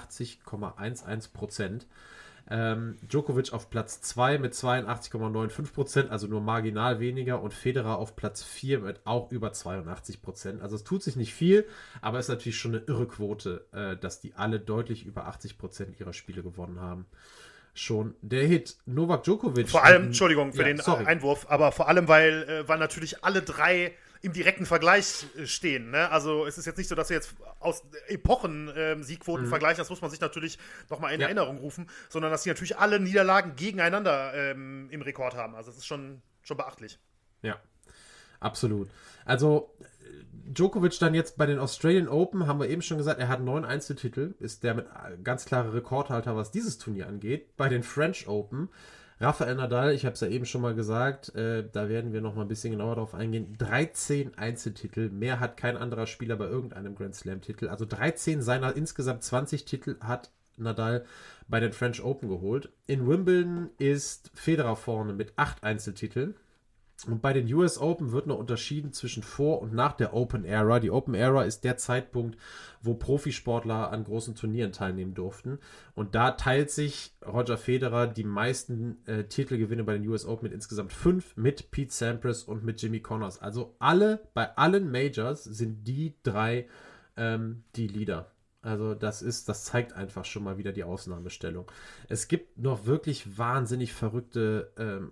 83,11%. Djokovic auf Platz 2 mit 82,95%, also nur marginal weniger, und Federer auf Platz 4 mit auch über 82%. Also es tut sich nicht viel, aber es ist natürlich schon eine irre Quote, dass die alle deutlich über 80% ihrer Spiele gewonnen haben. Schon der Hit. Novak Djokovic. Vor allem, Entschuldigung für den Einwurf, aber vor allem, weil natürlich alle drei im direkten Vergleich stehen. Ne? Also es ist jetzt nicht so, dass wir jetzt aus Epochen Siegquoten vergleichen, das muss man sich natürlich nochmal in Erinnerung rufen, sondern dass sie natürlich alle Niederlagen gegeneinander im Rekord haben. Also das ist schon beachtlich. Ja, absolut. Also Djokovic dann jetzt bei den Australian Open, haben wir eben schon gesagt, er hat 9 Einzeltitel, ist der mit ganz klare Rekordhalter, was dieses Turnier angeht. Bei den French Open, Rafael Nadal, ich habe es ja eben schon mal gesagt, da werden wir noch mal ein bisschen genauer drauf eingehen, 13 Einzeltitel, mehr hat kein anderer Spieler bei irgendeinem Grand Slam-Titel, also 13 seiner insgesamt 20 Titel hat Nadal bei den French Open geholt. In Wimbledon ist Federer vorne mit 8 Einzeltiteln. Und bei den US Open wird noch unterschieden zwischen vor und nach der Open Era. Die Open Era ist der Zeitpunkt, wo Profisportler an großen Turnieren teilnehmen durften. Und da teilt sich Roger Federer die meisten Titelgewinne bei den US Open mit insgesamt 5, mit Pete Sampras und mit Jimmy Connors. Also bei allen Majors sind die drei die Leader. Also das zeigt einfach schon mal wieder die Ausnahmestellung. Es gibt noch wirklich wahnsinnig verrückte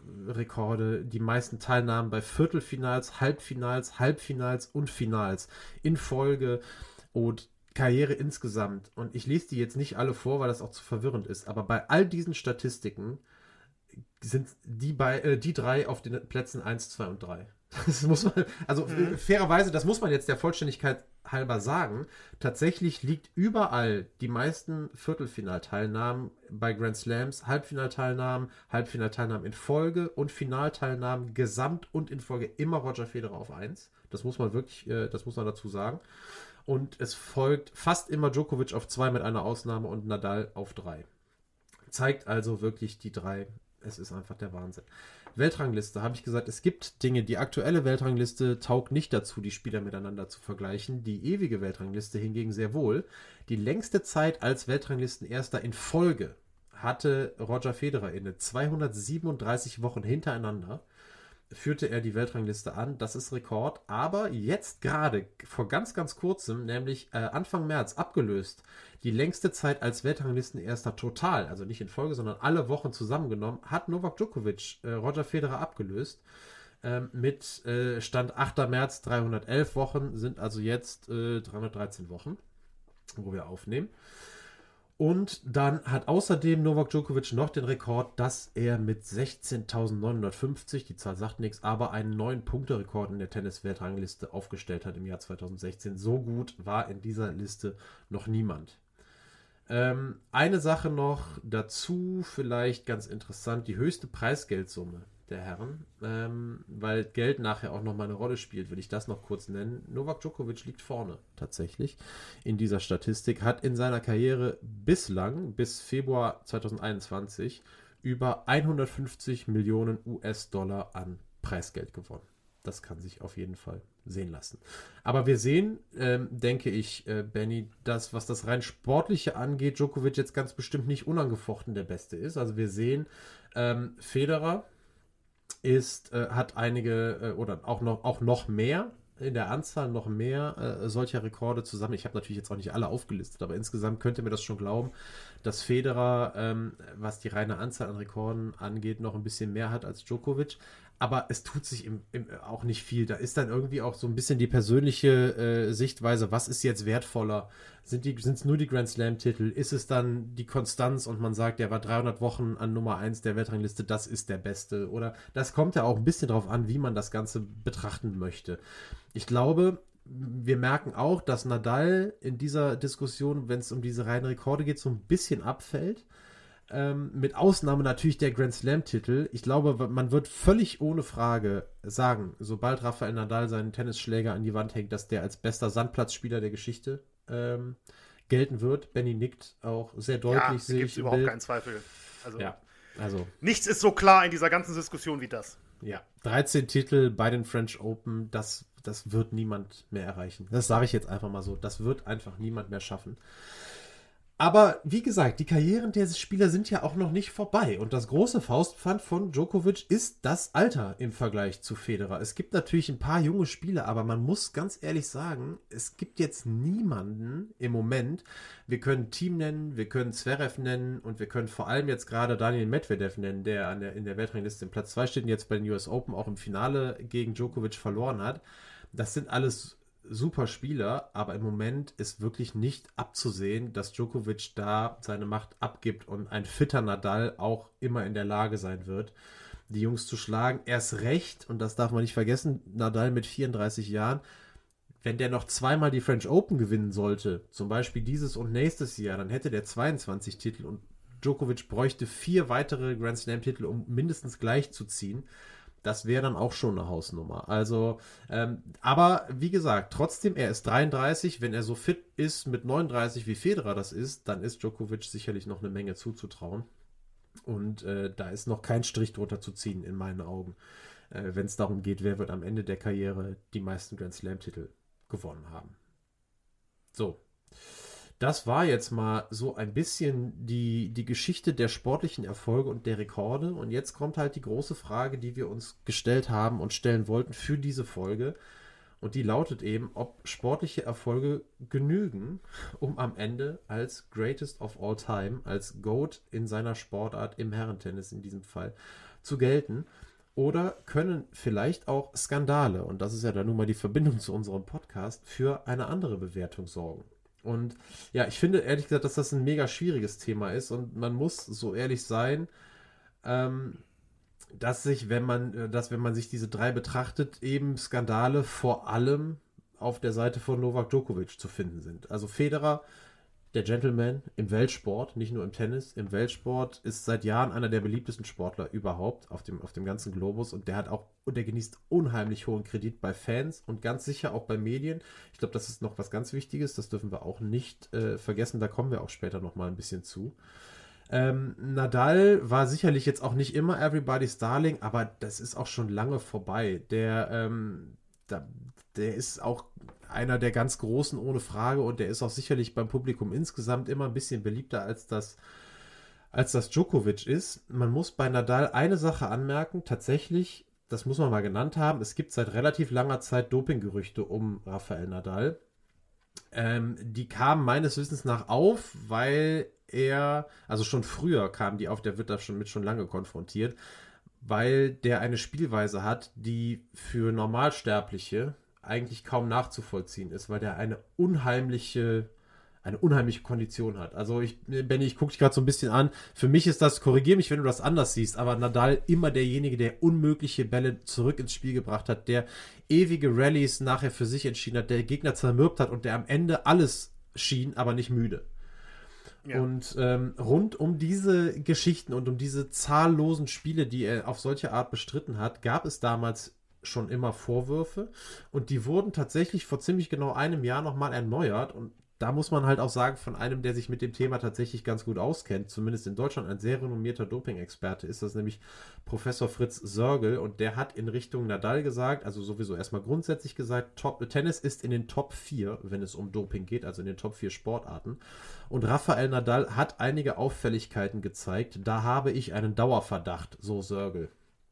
Rekorde, die meisten Teilnahmen bei Viertelfinals, Halbfinals und Finals in Folge und Karriere insgesamt. Und ich lese die jetzt nicht alle vor, weil das auch zu verwirrend ist, aber bei all diesen Statistiken sind die drei auf den Plätzen 1, 2 und 3. Das muss man, also fairerweise, das muss man jetzt der Vollständigkeit halber sagen, tatsächlich liegt überall die meisten Viertelfinalteilnahmen bei Grand Slams, Halbfinalteilnahmen in Folge und Finalteilnahmen gesamt und in Folge immer Roger Federer auf 1. Das muss man wirklich, das muss man dazu sagen. Und es folgt fast immer Djokovic auf 2 mit einer Ausnahme und Nadal auf 3. Zeigt also wirklich die 3. Es ist einfach der Wahnsinn. Weltrangliste, habe ich gesagt, es gibt Dinge, die aktuelle Weltrangliste taugt nicht dazu, die Spieler miteinander zu vergleichen. Die ewige Weltrangliste hingegen sehr wohl. Die längste Zeit als Weltranglistenerster in Folge hatte Roger Federer inne. 237 Wochen hintereinander führte er die Weltrangliste an. Das ist Rekord. Aber jetzt gerade, vor ganz, ganz kurzem, nämlich Anfang März, abgelöst, die längste Zeit als Weltranglistenerster total, also nicht in Folge, sondern alle Wochen zusammengenommen, hat Novak Djokovic Roger Federer abgelöst. Mit Stand 8. März 311 Wochen, sind also jetzt 313 Wochen, wo wir aufnehmen. Und dann hat außerdem Novak Djokovic noch den Rekord, dass er mit 16.950, die Zahl sagt nichts, aber einen neuen Punkterekord in der Tennis-Weltrangliste aufgestellt hat im Jahr 2016. So gut war in dieser Liste noch niemand. Eine Sache noch dazu, vielleicht ganz interessant, die höchste Preisgeldsumme der Herren, weil Geld nachher auch nochmal eine Rolle spielt, will ich das noch kurz nennen. Novak Djokovic liegt vorne tatsächlich in dieser Statistik, hat in seiner Karriere bislang, bis Februar 2021, über 150 Millionen US-Dollar an Preisgeld gewonnen. Das kann sich auf jeden Fall sehen lassen. Aber wir sehen, denke ich, Benny, dass, was das rein Sportliche angeht, Djokovic jetzt ganz bestimmt nicht unangefochten der Beste ist. Also wir sehen, Federer hat einige oder auch noch mehr in der Anzahl noch mehr solcher Rekorde zusammen. Ich habe natürlich jetzt auch nicht alle aufgelistet, aber insgesamt könnte mir das schon glauben, dass Federer, was die reine Anzahl an Rekorden angeht, noch ein bisschen mehr hat als Djokovic. Aber es tut sich auch nicht viel. Da ist dann irgendwie auch so ein bisschen die persönliche Sichtweise, was ist jetzt wertvoller? Sind es nur die Grand Slam-Titel? Ist es dann die Konstanz und man sagt, der war 300 Wochen an Nummer 1 der Weltrangliste, das ist der Beste? Oder das kommt ja auch ein bisschen drauf an, wie man das Ganze betrachten möchte. Ich glaube, wir merken auch, dass Nadal in dieser Diskussion, wenn es um diese reinen Rekorde geht, so ein bisschen abfällt. Mit Ausnahme natürlich der Grand Slam-Titel. Ich glaube, man wird völlig ohne Frage sagen, sobald Rafael Nadal seinen Tennisschläger an die Wand hängt, dass der als bester Sandplatzspieler der Geschichte gelten wird. Benny nickt auch sehr deutlich. Ja, da gibt es überhaupt keinen Zweifel. Also nichts ist so klar in dieser ganzen Diskussion wie das. Ja, 13 Titel bei den French Open, das wird niemand mehr erreichen. Das sage ich jetzt einfach mal so. Das wird einfach niemand mehr schaffen. Aber wie gesagt, die Karrieren der Spieler sind ja auch noch nicht vorbei. Und das große Faustpfand von Djokovic ist das Alter im Vergleich zu Federer. Es gibt natürlich ein paar junge Spieler, aber man muss ganz ehrlich sagen, es gibt jetzt niemanden im Moment. Wir können Thiem nennen, wir können Zverev nennen und wir können vor allem jetzt gerade Daniil Medvedev nennen, der in der Weltrangliste im Platz 2 steht und jetzt bei den US Open auch im Finale gegen Djokovic verloren hat. Das sind alles super Spieler, aber im Moment ist wirklich nicht abzusehen, dass Djokovic da seine Macht abgibt und ein fitter Nadal auch immer in der Lage sein wird, die Jungs zu schlagen. Erst recht, und das darf man nicht vergessen, Nadal mit 34 Jahren, wenn der noch zweimal die French Open gewinnen sollte, zum Beispiel dieses und nächstes Jahr, dann hätte der 22 Titel und Djokovic bräuchte 4 weitere Grand Slam Titel, um mindestens gleich zu ziehen. Das wäre dann auch schon eine Hausnummer. Also, aber wie gesagt, trotzdem, er ist 33. Wenn er so fit ist mit 39, wie Federer das ist, dann ist Djokovic sicherlich noch eine Menge zuzutrauen. Und da ist noch kein Strich drunter zu ziehen, in meinen Augen, wenn es darum geht, wer wird am Ende der Karriere die meisten Grand Slam-Titel gewonnen haben. So. Das war jetzt mal so ein bisschen die Geschichte der sportlichen Erfolge und der Rekorde. Und jetzt kommt halt die große Frage, die wir uns gestellt haben und stellen wollten für diese Folge. Und die lautet eben, ob sportliche Erfolge genügen, um am Ende als Greatest of All Time, als GOAT in seiner Sportart, im Herrentennis in diesem Fall, zu gelten. Oder können vielleicht auch Skandale, und das ist ja dann nun mal die Verbindung zu unserem Podcast, für eine andere Bewertung sorgen. Und ja, ich finde ehrlich gesagt, dass das ein mega schwieriges Thema ist und man muss so ehrlich sein, dass wenn man sich diese drei betrachtet, eben Skandale vor allem auf der Seite von Novak Djokovic zu finden sind. Also Federer, der Gentleman im Weltsport, nicht nur im Tennis, im Weltsport ist seit Jahren einer der beliebtesten Sportler überhaupt auf dem ganzen Globus und der genießt unheimlich hohen Kredit bei Fans und ganz sicher auch bei Medien. Ich glaube, das ist noch was ganz Wichtiges, das dürfen wir auch nicht vergessen, da kommen wir auch später noch mal ein bisschen zu. Nadal war sicherlich jetzt auch nicht immer Everybody's Darling, aber das ist auch schon lange vorbei. Der ist auch einer der ganz Großen ohne Frage und der ist auch sicherlich beim Publikum insgesamt immer ein bisschen beliebter als das Djokovic ist. Man muss bei Nadal eine Sache anmerken, tatsächlich, das muss man mal genannt haben, es gibt seit relativ langer Zeit Dopinggerüchte um Rafael Nadal. Die kamen meines Wissens nach auf, weil also schon früher kamen die auf, der wird da schon lange konfrontiert, weil der eine Spielweise hat, die für Normalsterbliche eigentlich kaum nachzuvollziehen ist, weil der eine unheimliche Kondition hat. Also Benny, ich gucke dich gerade so ein bisschen an. Für mich ist das, korrigiere mich, wenn du das anders siehst, aber Nadal immer derjenige, der unmögliche Bälle zurück ins Spiel gebracht hat, der ewige Rallyes nachher für sich entschieden hat, der Gegner zermürbt hat und der am Ende alles schien, aber nicht müde. Ja. Und rund um diese Geschichten und um diese zahllosen Spiele, die er auf solche Art bestritten hat, gab es damals schon immer Vorwürfe und die wurden tatsächlich vor ziemlich genau einem Jahr nochmal erneuert und da muss man halt auch sagen, von einem, der sich mit dem Thema tatsächlich ganz gut auskennt, zumindest in Deutschland ein sehr renommierter Doping-Experte ist, das nämlich Professor Fritz Sörgel und der hat in Richtung Nadal gesagt, also sowieso erstmal grundsätzlich gesagt, Tennis ist in den Top 4, wenn es um Doping geht, also in den Top 4 Sportarten und Rafael Nadal hat einige Auffälligkeiten gezeigt, da habe ich einen Dauerverdacht, so Sörgel.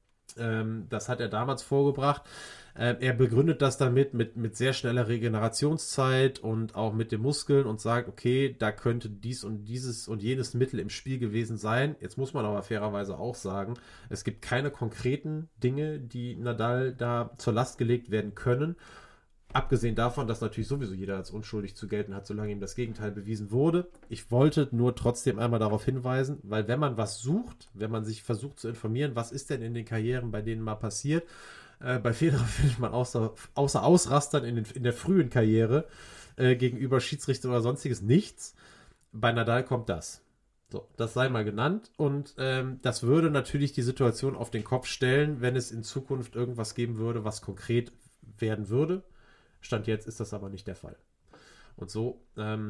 Das hat er damals vorgebracht. Er begründet das damit mit sehr schneller Regenerationszeit und auch mit den Muskeln und sagt, okay, da könnte dies und dieses und jenes Mittel im Spiel gewesen sein. Jetzt muss man aber fairerweise auch sagen, es gibt keine konkreten Dinge, die Nadal da zur Last gelegt werden können. Abgesehen davon, dass natürlich sowieso jeder als unschuldig zu gelten hat, solange ihm das Gegenteil bewiesen wurde. Ich wollte nur trotzdem einmal darauf hinweisen, weil wenn man was sucht, wenn man sich versucht zu informieren, was ist denn in den Karrieren bei denen mal passiert, bei Federer findet man außer Ausrastern in der frühen Karriere gegenüber Schiedsrichter oder sonstiges nichts. Bei Nadal kommt das. So, das sei mal genannt und das würde natürlich die Situation auf den Kopf stellen, wenn es in Zukunft irgendwas geben würde, was konkret werden würde. Stand jetzt ist das aber nicht der Fall. Und so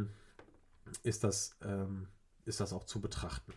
ist das auch zu betrachten.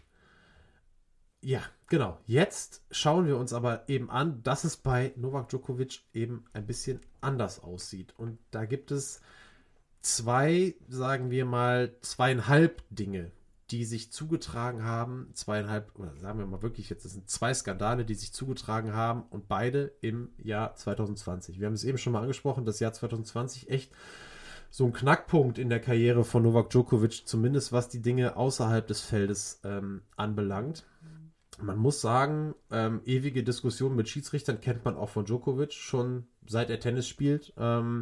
Ja, genau. Jetzt schauen wir uns aber eben an, dass es bei Novak Djokovic eben ein bisschen anders aussieht. Und da gibt es sagen wir mal, 2,5 Dinge, die sich zugetragen haben. 2,5, oder sagen wir mal wirklich, jetzt das sind 2 Skandale, die sich zugetragen haben und beide im Jahr 2020. Wir haben es eben schon mal angesprochen, das Jahr 2020 echt so ein Knackpunkt in der Karriere von Novak Djokovic, zumindest was die Dinge außerhalb des Feldes anbelangt. Man muss sagen, ewige Diskussionen mit Schiedsrichtern kennt man auch von Djokovic, schon seit er Tennis spielt.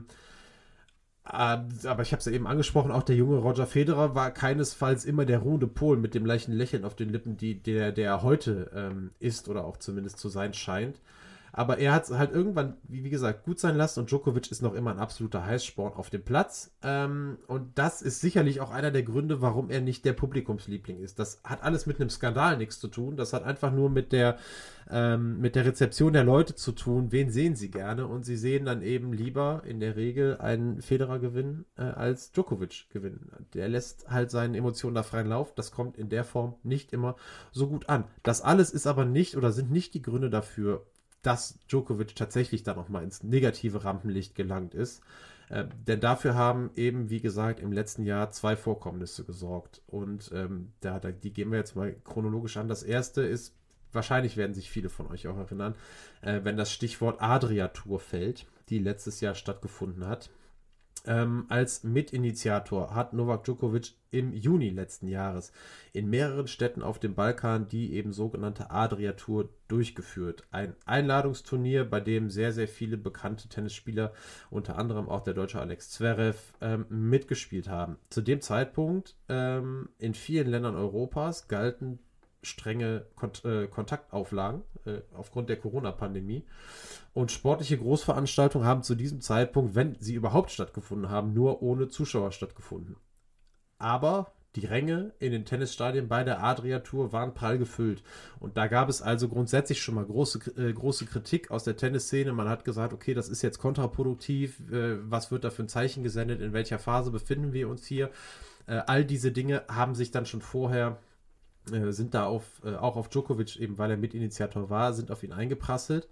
Aber ich habe es ja eben angesprochen, auch der junge Roger Federer war keinesfalls immer der ruhende Pol mit dem leichten Lächeln auf den Lippen, der heute ist oder auch zumindest zu sein scheint. Aber er hat es halt irgendwann, wie gesagt, gut sein lassen und Djokovic ist noch immer ein absoluter Heißsporn auf dem Platz. Und das ist sicherlich auch einer der Gründe, warum er nicht der Publikumsliebling ist. Das hat alles mit einem Skandal nichts zu tun. Das hat einfach nur mit der Rezeption der Leute zu tun. Wen sehen sie gerne? Und sie sehen dann eben lieber in der Regel einen Federer gewinnen als Djokovic gewinnen. Der lässt halt seinen Emotionen da freien Lauf. Das kommt in der Form nicht immer so gut an. Das alles ist aber nicht oder sind nicht die Gründe dafür, dass Djokovic tatsächlich da nochmal ins negative Rampenlicht gelangt ist. Denn dafür haben eben, wie gesagt, im letzten Jahr 2 Vorkommnisse gesorgt. Und die gehen wir jetzt mal chronologisch an. Das erste ist, wahrscheinlich werden sich viele von euch auch erinnern, wenn das Stichwort Adria-Tour fällt. die letztes Jahr stattgefunden hat. Als Mitinitiator hat Novak Djokovic im Juni letzten Jahres in mehreren Städten auf dem Balkan die eben sogenannte Adria-Tour durchgeführt. Ein Einladungsturnier, bei dem sehr, sehr viele bekannte Tennisspieler, unter anderem auch der deutsche Alex Zverev, mitgespielt haben. Zu dem Zeitpunkt in vielen Ländern Europas galten strenge Kontaktauflagen aufgrund der Corona-Pandemie. Und sportliche Großveranstaltungen haben zu diesem Zeitpunkt, wenn sie überhaupt stattgefunden haben, nur ohne Zuschauer stattgefunden. Aber die Ränge in den Tennisstadien bei der Adria-Tour waren prall gefüllt. Und da gab es also grundsätzlich schon mal große Kritik aus der Tennisszene. Man hat gesagt, okay, das ist jetzt kontraproduktiv. Was wird da für ein Zeichen gesendet? In welcher Phase befinden wir uns hier? All diese Dinge haben sich dann schon vorher sind da auch auf Djokovic, eben weil er Mitinitiator war, sind auf ihn eingeprasselt.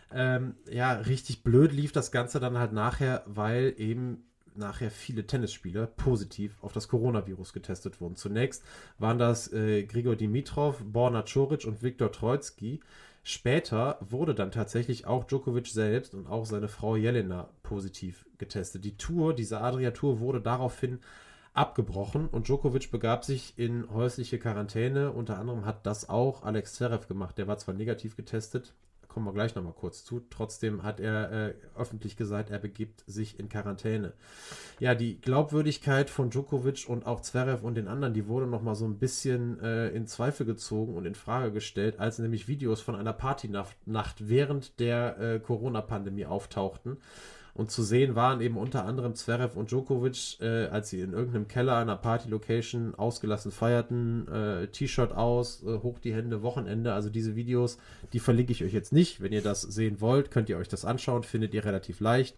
Richtig blöd lief das Ganze dann halt nachher, weil eben nachher viele Tennisspieler positiv auf das Coronavirus getestet wurden. Zunächst waren das Grigor Dimitrov, Borna Coric und Viktor Troicki. Später wurde dann tatsächlich auch Djokovic selbst und auch seine Frau Jelena positiv getestet. Diese Adria-Tour wurde daraufhin abgebrochen und Djokovic begab sich in häusliche Quarantäne. Unter anderem hat das auch Alex Zverev gemacht. Der war zwar negativ getestet, kommen wir gleich nochmal kurz zu. Trotzdem hat er öffentlich gesagt, er begibt sich in Quarantäne. Ja, die Glaubwürdigkeit von Djokovic und auch Zverev und den anderen, die wurde nochmal so ein bisschen in Zweifel gezogen und in Frage gestellt, als nämlich Videos von einer Partynacht während der Corona-Pandemie auftauchten. Und zu sehen waren eben unter anderem Zverev und Djokovic, als sie in irgendeinem Keller einer Party-Location ausgelassen feierten, T-Shirt aus, hoch die Hände, Wochenende. Also diese Videos, die verlinke ich euch jetzt nicht. Wenn ihr das sehen wollt, könnt ihr euch das anschauen, findet ihr relativ leicht.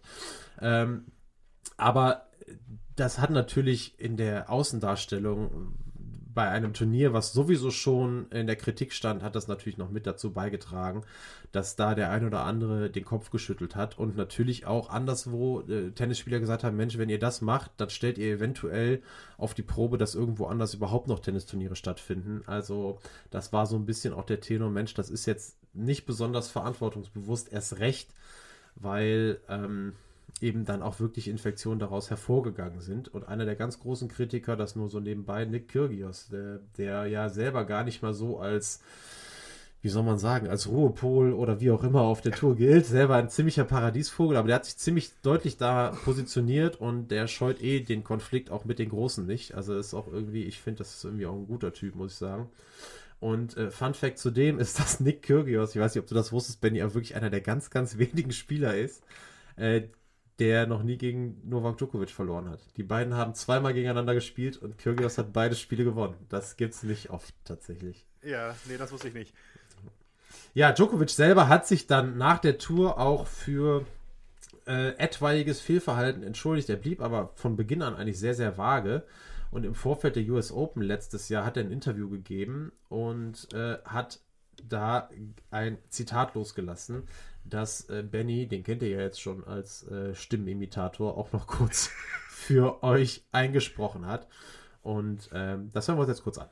Aber das hat natürlich in der Außendarstellung bei einem Turnier, was sowieso schon in der Kritik stand, hat das natürlich noch mit dazu beigetragen, dass da der ein oder andere den Kopf geschüttelt hat und natürlich auch anderswo Tennisspieler gesagt haben, Mensch, wenn ihr das macht, dann stellt ihr eventuell auf die Probe, dass irgendwo anders überhaupt noch Tennisturniere stattfinden. Also das war so ein bisschen auch der Tenor, Mensch, das ist jetzt nicht besonders verantwortungsbewusst, erst recht, weil eben dann auch wirklich Infektionen daraus hervorgegangen sind. Und einer der ganz großen Kritiker, das nur so nebenbei, Nick Kyrgios, der ja selber gar nicht mal so als, wie soll man sagen, als Ruhepol oder wie auch immer auf der Tour gilt, selber ein ziemlicher Paradiesvogel, aber der hat sich ziemlich deutlich da positioniert und der scheut den Konflikt auch mit den Großen nicht. Also ist auch irgendwie, ich finde, das ist irgendwie auch ein guter Typ, muss ich sagen. Und Fun Fact zudem ist, dass Nick Kyrgios, ich weiß nicht, ob du das wusstest, Benny, auch wirklich einer der ganz, ganz wenigen Spieler ist, der noch nie gegen Novak Djokovic verloren hat. Die beiden haben zweimal gegeneinander gespielt und Kyrgios hat beide Spiele gewonnen. Das gibt's nicht oft tatsächlich. Ja, nee, das wusste ich nicht. Ja, Djokovic selber hat sich dann nach der Tour auch für etwaiges Fehlverhalten entschuldigt. Er blieb aber von Beginn an eigentlich sehr, sehr vage. Und im Vorfeld der US Open letztes Jahr hat er ein Interview gegeben und hat da ein Zitat losgelassen, dass Benny, den kennt ihr ja jetzt schon als Stimmenimitator, auch noch kurz für euch eingesprochen hat. Und das hören wir uns jetzt kurz an.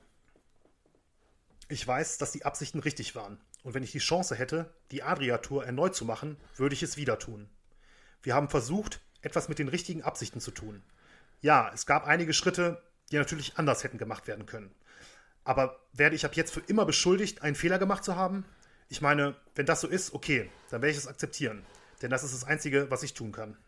Ich weiß, dass die Absichten richtig waren. Und wenn ich die Chance hätte, die Adria-Tour erneut zu machen, würde ich es wieder tun. Wir haben versucht, etwas mit den richtigen Absichten zu tun. Ja, es gab einige Schritte, die natürlich anders hätten gemacht werden können. Aber werde ich ab jetzt für immer beschuldigt, einen Fehler gemacht zu haben? Ich meine, wenn das so ist, okay, dann werde ich es akzeptieren. Denn das ist das Einzige, was ich tun kann.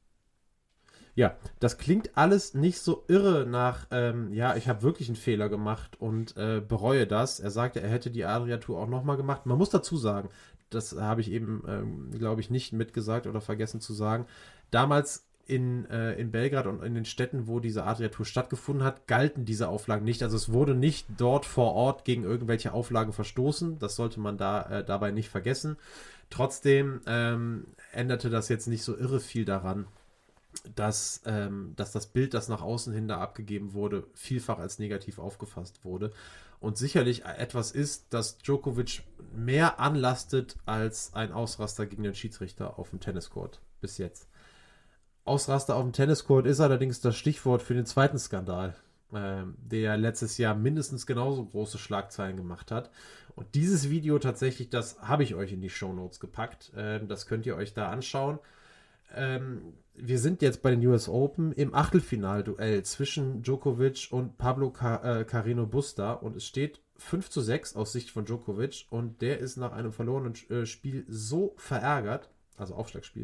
Ja, das klingt alles nicht so irre nach, ich habe wirklich einen Fehler gemacht und bereue das. Er sagte, er hätte die Adria-Tour auch nochmal gemacht. Man muss dazu sagen, das habe ich eben, glaube ich, nicht mitgesagt oder vergessen zu sagen. Damals in Belgrad und in den Städten, wo diese Adria-Tour stattgefunden hat, galten diese Auflagen nicht. Also es wurde nicht dort vor Ort gegen irgendwelche Auflagen verstoßen. Das sollte man dabei nicht vergessen. Trotzdem änderte das jetzt nicht so irre viel daran, dass das Bild, das nach außen hin da abgegeben wurde, vielfach als negativ aufgefasst wurde. Und sicherlich etwas ist, das Djokovic mehr anlastet als ein Ausraster gegen den Schiedsrichter auf dem Tenniscourt bis jetzt. Ausraster auf dem Tenniscourt ist allerdings das Stichwort für den zweiten Skandal, der letztes Jahr mindestens genauso große Schlagzeilen gemacht hat. Und dieses Video tatsächlich, das habe ich euch in die Shownotes gepackt. Das könnt ihr euch da anschauen. wir sind jetzt bei den US Open im Achtelfinalduell zwischen Djokovic und Pablo Carreño Busta und es steht 5:6 aus Sicht von Djokovic und der ist nach einem verlorenen Spiel so verärgert, also Aufschlagspiel,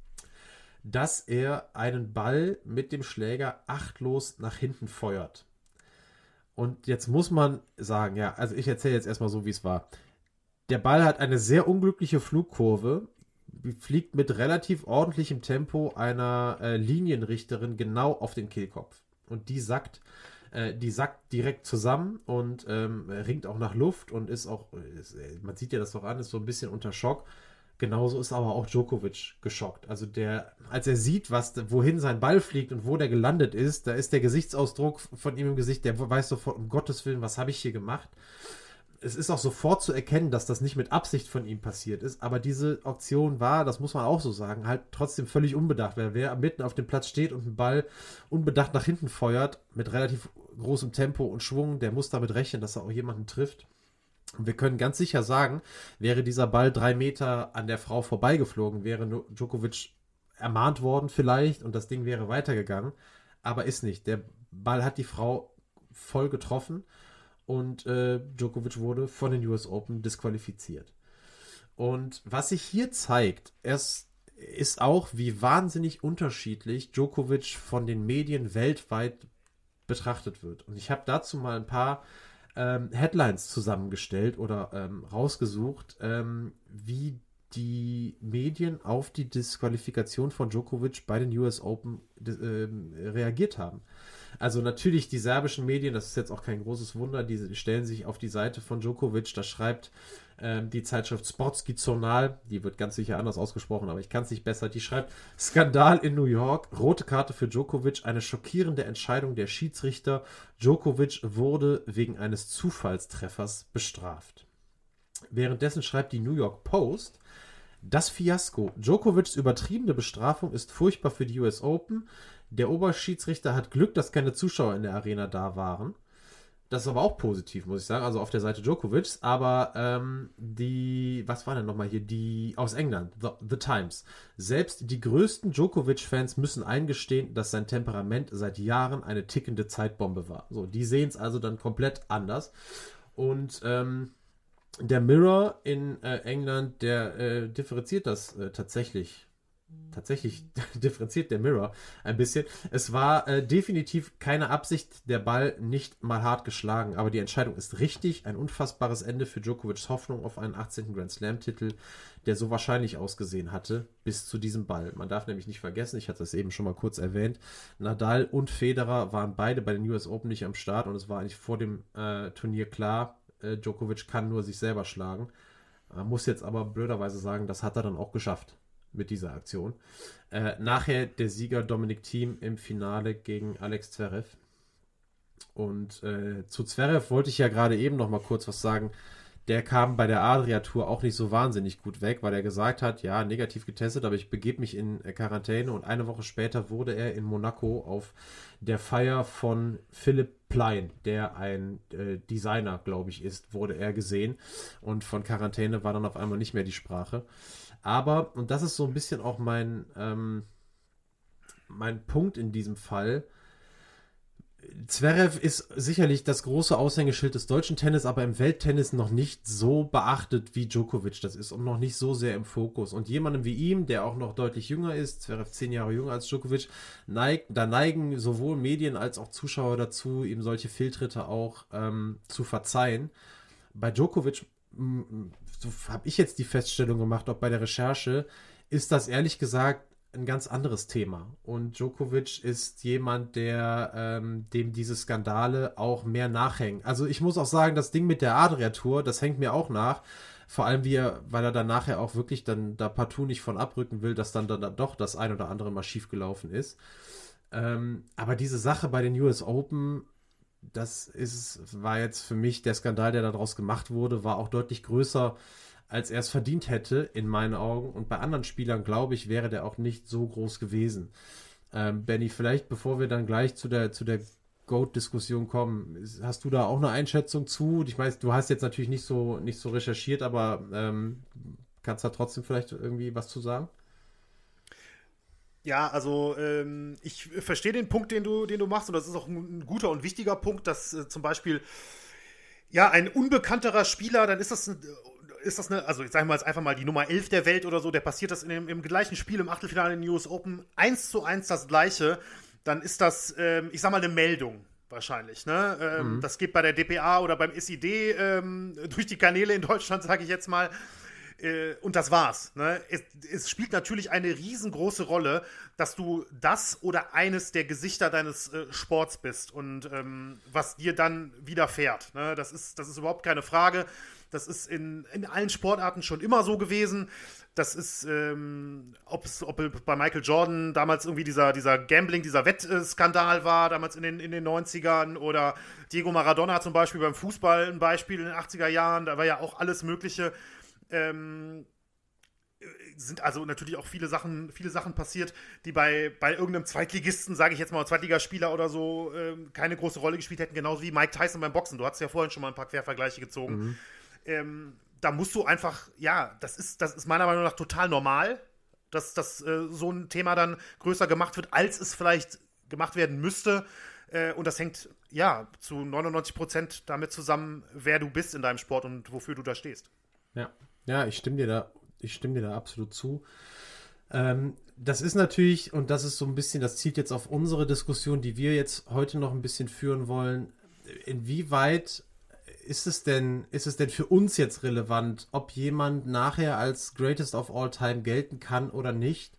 dass er einen Ball mit dem Schläger achtlos nach hinten feuert. Und jetzt muss man sagen, ja, also ich erzähle jetzt erstmal so, wie es war. Der Ball hat eine sehr unglückliche Flugkurve, fliegt mit relativ ordentlichem Tempo einer Linienrichterin genau auf den Kehlkopf. Und die sackt direkt zusammen und ringt auch nach Luft und ist auch, man sieht ja das doch an, ist so ein bisschen unter Schock. Genauso ist aber auch Djokovic geschockt. Also als er sieht, wohin sein Ball fliegt und wo der gelandet ist, da ist der Gesichtsausdruck von ihm im Gesicht, der weiß sofort, um Gottes Willen, was habe ich hier gemacht? Es ist auch sofort zu erkennen, dass das nicht mit Absicht von ihm passiert ist, aber diese Aktion war, das muss man auch so sagen, halt trotzdem völlig unbedacht. Wer mitten auf dem Platz steht und einen Ball unbedacht nach hinten feuert, mit relativ großem Tempo und Schwung, der muss damit rechnen, dass er auch jemanden trifft. Und wir können ganz sicher sagen, wäre dieser Ball 3 Meter an der Frau vorbeigeflogen, wäre Djokovic ermahnt worden vielleicht und das Ding wäre weitergegangen, aber ist nicht. Der Ball hat die Frau voll getroffen und Djokovic wurde von den US Open disqualifiziert. Und was sich hier zeigt, ist auch, wie wahnsinnig unterschiedlich Djokovic von den Medien weltweit betrachtet wird. Und ich habe dazu mal ein paar Headlines zusammengestellt oder rausgesucht, wie die Medien auf die Disqualifikation von Djokovic bei den US Open reagiert haben. Also natürlich die serbischen Medien, das ist jetzt auch kein großes Wunder, die stellen sich auf die Seite von Djokovic, da schreibt die Zeitschrift Sportski Zonal, die wird ganz sicher anders ausgesprochen, aber ich kann es nicht besser, die schreibt: Skandal in New York, rote Karte für Djokovic, eine schockierende Entscheidung der Schiedsrichter, Djokovic wurde wegen eines Zufallstreffers bestraft. Währenddessen schreibt die New York Post: Das Fiasko, Djokovics übertriebene Bestrafung ist furchtbar für die US Open, der Oberschiedsrichter hat Glück, dass keine Zuschauer in der Arena da waren. Das ist aber auch positiv, muss ich sagen, also auf der Seite Djokovics, aber was war denn nochmal hier, die aus England, The Times. Selbst die größten Djokovic-Fans müssen eingestehen, dass sein Temperament seit Jahren eine tickende Zeitbombe war. So, die sehen es also dann komplett anders. Und der Mirror in England, der differenziert das tatsächlich differenziert der Mirror ein bisschen. Es war definitiv keine Absicht, der Ball nicht mal hart geschlagen, aber die Entscheidung ist richtig. Ein unfassbares Ende für Djokovics Hoffnung auf einen 18. Grand Slam-Titel, der so wahrscheinlich ausgesehen hatte, bis zu diesem Ball. Man darf nämlich nicht vergessen, ich hatte es eben schon mal kurz erwähnt, Nadal und Federer waren beide bei den US Open nicht am Start und es war eigentlich vor dem Turnier klar, Djokovic kann nur sich selber schlagen. Man muss jetzt aber blöderweise sagen, das hat er dann auch geschafft mit dieser Aktion. Nachher der Sieger Dominic Thiem im Finale gegen Alex Zverev. Und zu Zverev wollte ich ja gerade eben noch mal kurz was sagen. Der kam bei der Adria-Tour auch nicht so wahnsinnig gut weg, weil er gesagt hat, ja, negativ getestet, aber ich begebe mich in Quarantäne und eine Woche später wurde er in Monaco auf der Feier von Philipp Plein, der ein Designer, glaube ich, ist, wurde er gesehen und von Quarantäne war dann auf einmal nicht mehr die Sprache. Aber, und das ist so ein bisschen auch mein Punkt in diesem Fall, Zverev ist sicherlich das große Aushängeschild des deutschen Tennis, aber im Welttennis noch nicht so beachtet, wie Djokovic das ist und noch nicht so sehr im Fokus. Und jemandem wie ihm, der auch noch deutlich jünger ist, Zverev 10 Jahre jünger als Djokovic, neigen sowohl Medien als auch Zuschauer dazu, ihm solche Fehltritte auch zu verzeihen. Bei Djokovic, so habe ich jetzt die Feststellung gemacht, auch bei der Recherche, ist das ehrlich gesagt ein ganz anderes Thema. Und Djokovic ist jemand, der dem diese Skandale auch mehr nachhängen. Also ich muss auch sagen, das Ding mit der Adria-Tour, das hängt mir auch nach. Vor allem, weil er dann nachher auch wirklich dann da partout nicht von abrücken will, dass dann doch das ein oder andere mal schief gelaufen ist. Aber diese Sache bei den US Open, war jetzt für mich der Skandal, der daraus gemacht wurde, war auch deutlich größer, als er es verdient hätte, in meinen Augen. Und bei anderen Spielern, glaube ich, wäre der auch nicht so groß gewesen. Benny, vielleicht, bevor wir dann gleich zu der GOAT-Diskussion kommen, hast du da auch eine Einschätzung zu? Ich weiß, du hast jetzt natürlich nicht so recherchiert, aber kannst da trotzdem vielleicht irgendwie was zu sagen? Ja, also ich verstehe den Punkt, den du machst, und das ist auch ein guter und wichtiger Punkt, dass zum Beispiel ja ein unbekannterer Spieler, dann ist das eine, also ich sage mal jetzt einfach mal die Nummer 11 der Welt oder so, der passiert das im gleichen Spiel im Achtelfinale in den US Open 1:1 das gleiche, dann ist das, ich sag mal, eine Meldung. Wahrscheinlich, ne? Mhm. Das geht bei der DPA oder beim SID durch die Kanäle in Deutschland, sage ich jetzt mal. Und das war's. Ne? Es spielt natürlich eine riesengroße Rolle, dass du das oder eines der Gesichter deines Sports bist und was dir dann widerfährt. Ne? Das ist überhaupt keine Frage. Das ist in allen Sportarten schon immer so gewesen. Das ist, ob bei Michael Jordan damals irgendwie dieser Gambling, dieser Wettskandal war, damals in den 90ern, oder Diego Maradona zum Beispiel beim Fußball, ein Beispiel in den 80er Jahren, da war ja auch alles Mögliche. Sind also natürlich auch viele Sachen passiert, die bei irgendeinem Zweitligisten, sage ich jetzt mal, Zweitligaspieler oder so, keine große Rolle gespielt hätten, genauso wie Mike Tyson beim Boxen. Du hast ja vorhin schon mal ein paar Quervergleiche gezogen. Mhm. Da musst du einfach, ja, das ist meiner Meinung nach total normal, dass so ein Thema dann größer gemacht wird, als es vielleicht gemacht werden müsste. Und das hängt, ja, zu 99% damit zusammen, wer du bist in deinem Sport und wofür du da stehst. Ja, ja, ich stimme dir da absolut zu. Das ist natürlich, und das ist so ein bisschen, das zielt jetzt auf unsere Diskussion, die wir jetzt heute noch ein bisschen führen wollen. Inwieweit ist es denn für uns jetzt relevant, ob jemand nachher als Greatest of All Time gelten kann oder nicht,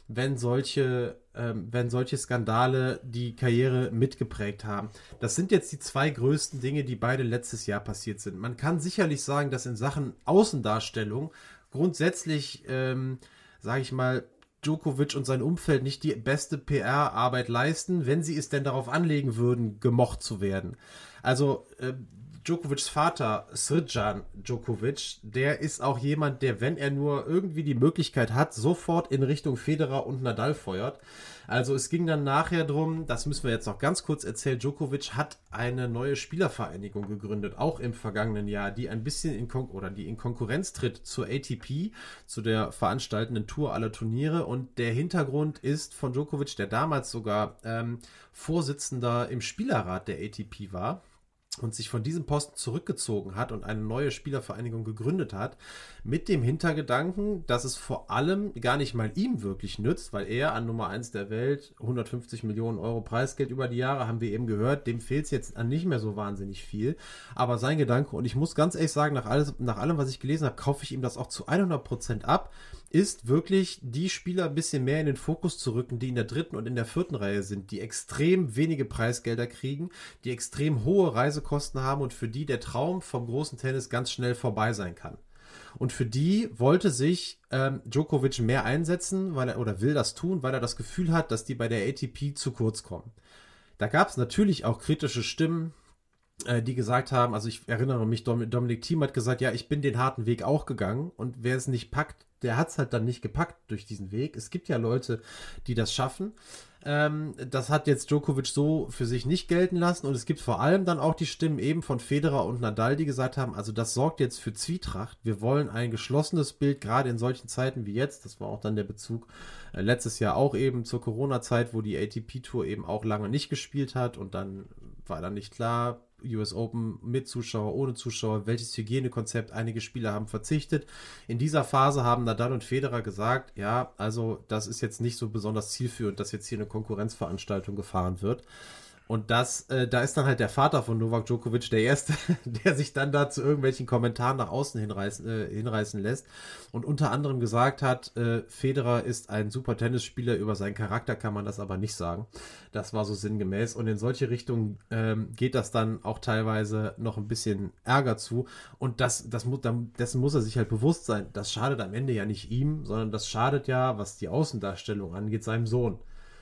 wenn solche Skandale die Karriere mitgeprägt haben? Das sind jetzt die zwei größten Dinge, die beide letztes Jahr passiert sind. Man kann sicherlich sagen, dass in Sachen Außendarstellung grundsätzlich, sage ich mal, Djokovic und sein Umfeld nicht die beste PR-Arbeit leisten, wenn sie es denn darauf anlegen würden, gemocht zu werden. Also Djokovics Vater, Srdjan Djokovic, der ist auch jemand, der, wenn er nur irgendwie die Möglichkeit hat, sofort in Richtung Federer und Nadal feuert. Also es ging dann nachher drum, das müssen wir jetzt noch ganz kurz erzählen, Djokovic hat eine neue Spielervereinigung gegründet, auch im vergangenen Jahr, die ein bisschen die in Konkurrenz tritt zur ATP, zu der veranstaltenden Tour aller Turniere. Und der Hintergrund ist von Djokovic, der damals sogar Vorsitzender im Spielerrat der ATP war und sich von diesem Posten zurückgezogen hat und eine neue Spielervereinigung gegründet hat, mit dem Hintergedanken, dass es vor allem gar nicht mal ihm wirklich nützt, weil er an Nummer 1 der Welt, 150 Millionen Euro Preisgeld über die Jahre, haben wir eben gehört, dem fehlt es jetzt an nicht mehr so wahnsinnig viel, aber sein Gedanke, und ich muss ganz ehrlich sagen, nach allem, was ich gelesen habe, kaufe ich ihm das auch zu 100% ab, ist wirklich, die Spieler ein bisschen mehr in den Fokus zu rücken, die in der dritten und in der vierten Reihe sind, die extrem wenige Preisgelder kriegen, die extrem hohe Reisekosten haben und für die der Traum vom großen Tennis ganz schnell vorbei sein kann. Und für die wollte sich Djokovic mehr einsetzen, oder will das tun, weil er das Gefühl hat, dass die bei der ATP zu kurz kommen. Da gab es natürlich auch kritische Stimmen, die gesagt haben, also ich erinnere mich, Dominik Thiem hat gesagt, ja, ich bin den harten Weg auch gegangen, und wer es nicht packt, der hat es halt dann nicht gepackt durch diesen Weg. Es gibt ja Leute, die das schaffen. Das hat jetzt Djokovic so für sich nicht gelten lassen, und es gibt vor allem dann auch die Stimmen eben von Federer und Nadal, die gesagt haben, also das sorgt jetzt für Zwietracht. Wir wollen ein geschlossenes Bild, gerade in solchen Zeiten wie jetzt. Das war auch dann der Bezug letztes Jahr auch eben zur Corona-Zeit, wo die ATP-Tour eben auch lange nicht gespielt hat, und dann war dann nicht klar, US Open mit Zuschauer, ohne Zuschauer, welches Hygienekonzept, einige Spieler haben verzichtet. In dieser Phase haben Nadal und Federer gesagt, ja, also das ist jetzt nicht so besonders zielführend, dass jetzt hier eine Konkurrenzveranstaltung gefahren wird. Und da ist dann halt der Vater von Novak Djokovic der Erste, der sich dann da zu irgendwelchen Kommentaren nach außen hinreißen lässt und unter anderem gesagt hat, Federer ist ein super Tennisspieler, über seinen Charakter kann man das aber nicht sagen. Das war so sinngemäß, und in solche Richtungen geht das dann auch teilweise noch ein bisschen Ärger zu, und dessen muss er sich halt bewusst sein. Das schadet am Ende ja nicht ihm, sondern das schadet ja, was die Außendarstellung angeht, seinem Sohn.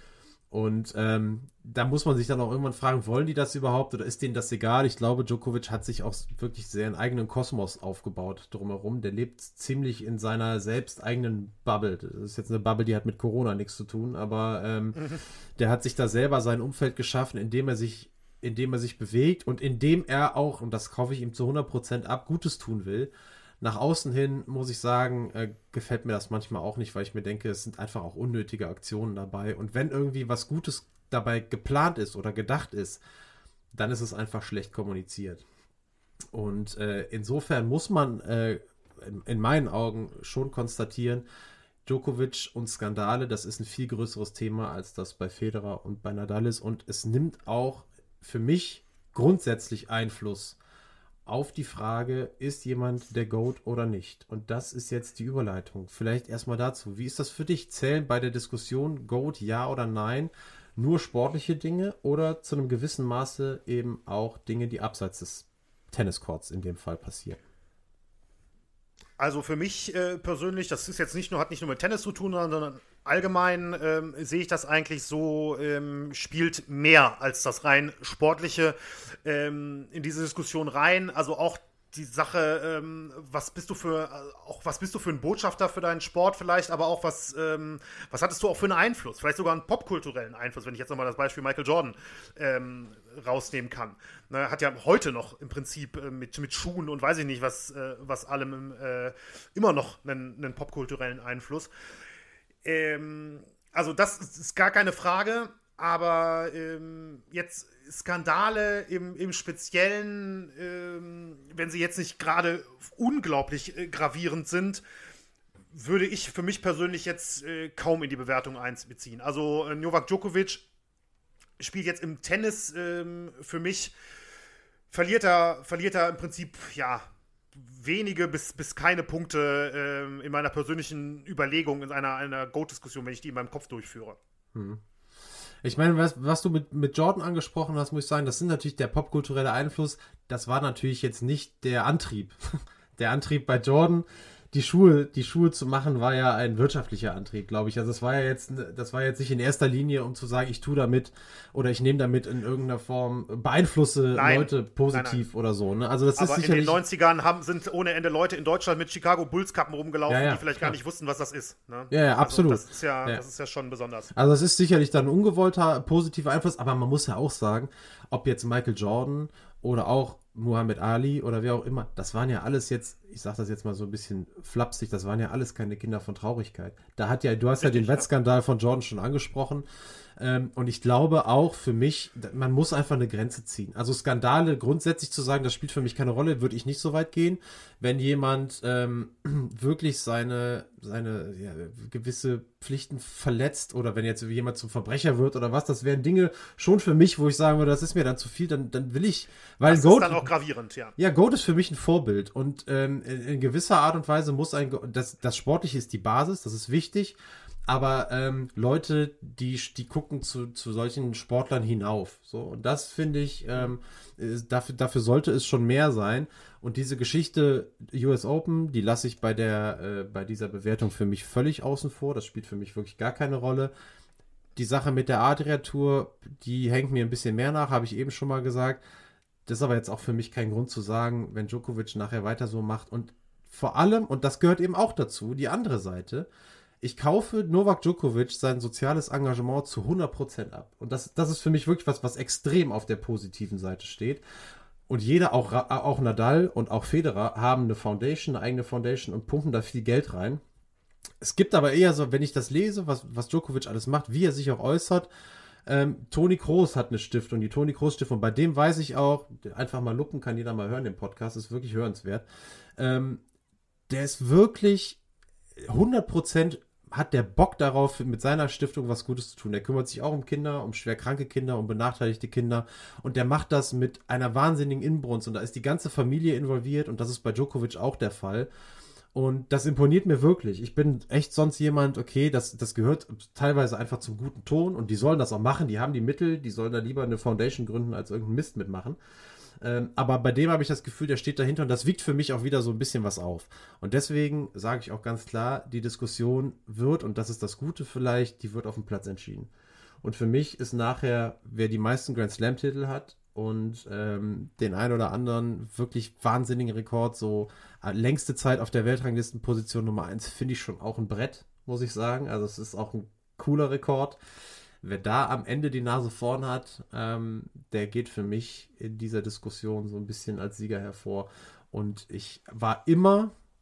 Und da muss man sich dann auch irgendwann fragen, wollen die das überhaupt oder ist denen das egal? Ich glaube, Djokovic hat sich auch wirklich sehr einen eigenen Kosmos aufgebaut drumherum. Der lebt ziemlich in seiner selbst eigenen Bubble. Das ist jetzt eine Bubble, die hat mit Corona nichts zu tun, aber der hat sich da selber sein Umfeld geschaffen, indem er sich bewegt und indem er auch, und das kaufe ich ihm zu 100% ab, Gutes tun will. Nach außen hin, muss ich sagen, gefällt mir das manchmal auch nicht, weil ich mir denke, es sind einfach auch unnötige Aktionen dabei. Und wenn irgendwie was Gutes dabei geplant ist oder gedacht ist, dann ist es einfach schlecht kommuniziert. Und insofern muss man in meinen Augen schon konstatieren, Djokovic und Skandale, das ist ein viel größeres Thema, als das bei Federer und bei Nadal ist. Und es nimmt auch für mich grundsätzlich Einfluss auf die Frage, ist jemand der GOAT oder nicht? Und das ist jetzt die Überleitung. Vielleicht erstmal dazu. Wie ist das für dich? Zählen bei der Diskussion GOAT ja oder nein nur sportliche Dinge oder zu einem gewissen Maße eben auch Dinge, die abseits des Tenniscourts in dem Fall passieren? Also für mich persönlich, das ist jetzt hat nicht nur mit Tennis zu tun, sondern allgemein sehe ich das eigentlich so, spielt mehr als das rein Sportliche in diese Diskussion rein. Also auch die Sache, was bist du für ein Botschafter für deinen Sport vielleicht, aber auch was hattest du auch für einen Einfluss, vielleicht sogar einen popkulturellen Einfluss, wenn ich jetzt nochmal das Beispiel Michael Jordan rausnehmen kann. Ne, hat ja heute noch im Prinzip mit Schuhen und weiß ich nicht, was allem immer noch einen popkulturellen Einfluss. Also das ist gar keine Frage, aber jetzt Skandale im Speziellen, wenn sie jetzt nicht gerade unglaublich gravierend sind, würde ich für mich persönlich jetzt kaum in die Bewertung einbeziehen. Also Novak Djokovic spielt jetzt im Tennis für mich, verliert er im Prinzip, ja, wenige bis keine Punkte in meiner persönlichen Überlegung, in einer GOAT-Diskussion, wenn ich die in meinem Kopf durchführe. Ich meine, was du mit Jordan angesprochen hast, muss ich sagen, das sind natürlich der popkulturelle Einfluss. Das war natürlich jetzt nicht der Antrieb. Der Antrieb bei Jordan, die Schuhe zu machen, war ja ein wirtschaftlicher Antrieb, glaube ich. Also das war jetzt nicht in erster Linie, um zu sagen, ich tue damit oder ich nehme damit in irgendeiner Form, beeinflusse Leute positiv oder so. Ne? Also das aber ist sicherlich, in den 90ern sind ohne Ende Leute in Deutschland mit Chicago Bulls-Kappen rumgelaufen, die vielleicht gar nicht wussten, was das ist. Ne? Ja, absolut. Also das ist ja schon besonders. Also es ist sicherlich dann ein ungewollter positiver Einfluss, aber man muss ja auch sagen, ob jetzt Michael Jordan oder auch Muhammad Ali oder wer auch immer, das waren ja alles jetzt, ich sag das jetzt mal so ein bisschen flapsig, das waren ja alles keine Kinder von Traurigkeit. Du hast richtig, ja den Wettskandal von Jordan schon angesprochen. Und ich glaube auch für mich, man muss einfach eine Grenze ziehen. Also Skandale grundsätzlich zu sagen, das spielt für mich keine Rolle, würde ich nicht so weit gehen. Wenn jemand wirklich seine gewisse Pflichten verletzt oder wenn jetzt jemand zum Verbrecher wird oder was, das wären Dinge schon für mich, wo ich sagen würde, das ist mir dann zu viel, dann will ich, weil das ist dann auch gravierend, ja. Ja, GOAT ist für mich ein Vorbild und in gewisser Art und Weise muss das Sportliche ist die Basis, das ist wichtig. Aber Leute, die gucken zu solchen Sportlern hinauf. So, und das finde ich, dafür sollte es schon mehr sein. Und diese Geschichte US Open, die lasse ich bei dieser Bewertung für mich völlig außen vor. Das spielt für mich wirklich gar keine Rolle. Die Sache mit der Adria-Tour, die hängt mir ein bisschen mehr nach, habe ich eben schon mal gesagt. Das ist aber jetzt auch für mich kein Grund zu sagen, wenn Djokovic nachher weiter so macht. Und vor allem, und das gehört eben auch dazu, die andere Seite, ich kaufe Novak Djokovic sein soziales Engagement zu 100% ab. Und das ist für mich wirklich was extrem auf der positiven Seite steht. Und jeder, auch Nadal und auch Federer, haben eine eigene Foundation und pumpen da viel Geld rein. Es gibt aber eher so, wenn ich das lese, was Djokovic alles macht, wie er sich auch äußert. Toni Kroos hat eine Stiftung, die Toni Kroos Stiftung. Bei dem weiß ich auch, einfach mal lupen, kann jeder mal hören, den Podcast, ist wirklich hörenswert. Der ist wirklich 100% hat der Bock darauf, mit seiner Stiftung was Gutes zu tun. Der kümmert sich auch um Kinder, um schwer kranke Kinder, um benachteiligte Kinder. Und der macht das mit einer wahnsinnigen Inbrunst. Und da ist die ganze Familie involviert. Und das ist bei Djokovic auch der Fall. Und das imponiert mir wirklich. Ich bin echt sonst jemand, okay, das gehört teilweise einfach zum guten Ton. Und die sollen das auch machen. Die haben die Mittel. Die sollen da lieber eine Foundation gründen, als irgendeinen Mist mitmachen. Aber bei dem habe ich das Gefühl, der steht dahinter und das wiegt für mich auch wieder so ein bisschen was auf. Und deswegen sage ich auch ganz klar, die Diskussion wird, und das ist das Gute vielleicht, die wird auf dem Platz entschieden. Und für mich ist nachher, wer die meisten Grand Slam-Titel hat und den ein oder anderen wirklich wahnsinnigen Rekord, so längste Zeit auf der Weltranglistenposition Nummer 1, finde ich schon auch ein Brett, muss ich sagen. Also es ist auch ein cooler Rekord. Wer da am Ende die Nase vorn hat, der geht für mich in dieser Diskussion so ein bisschen als Sieger hervor. Und ich war immer,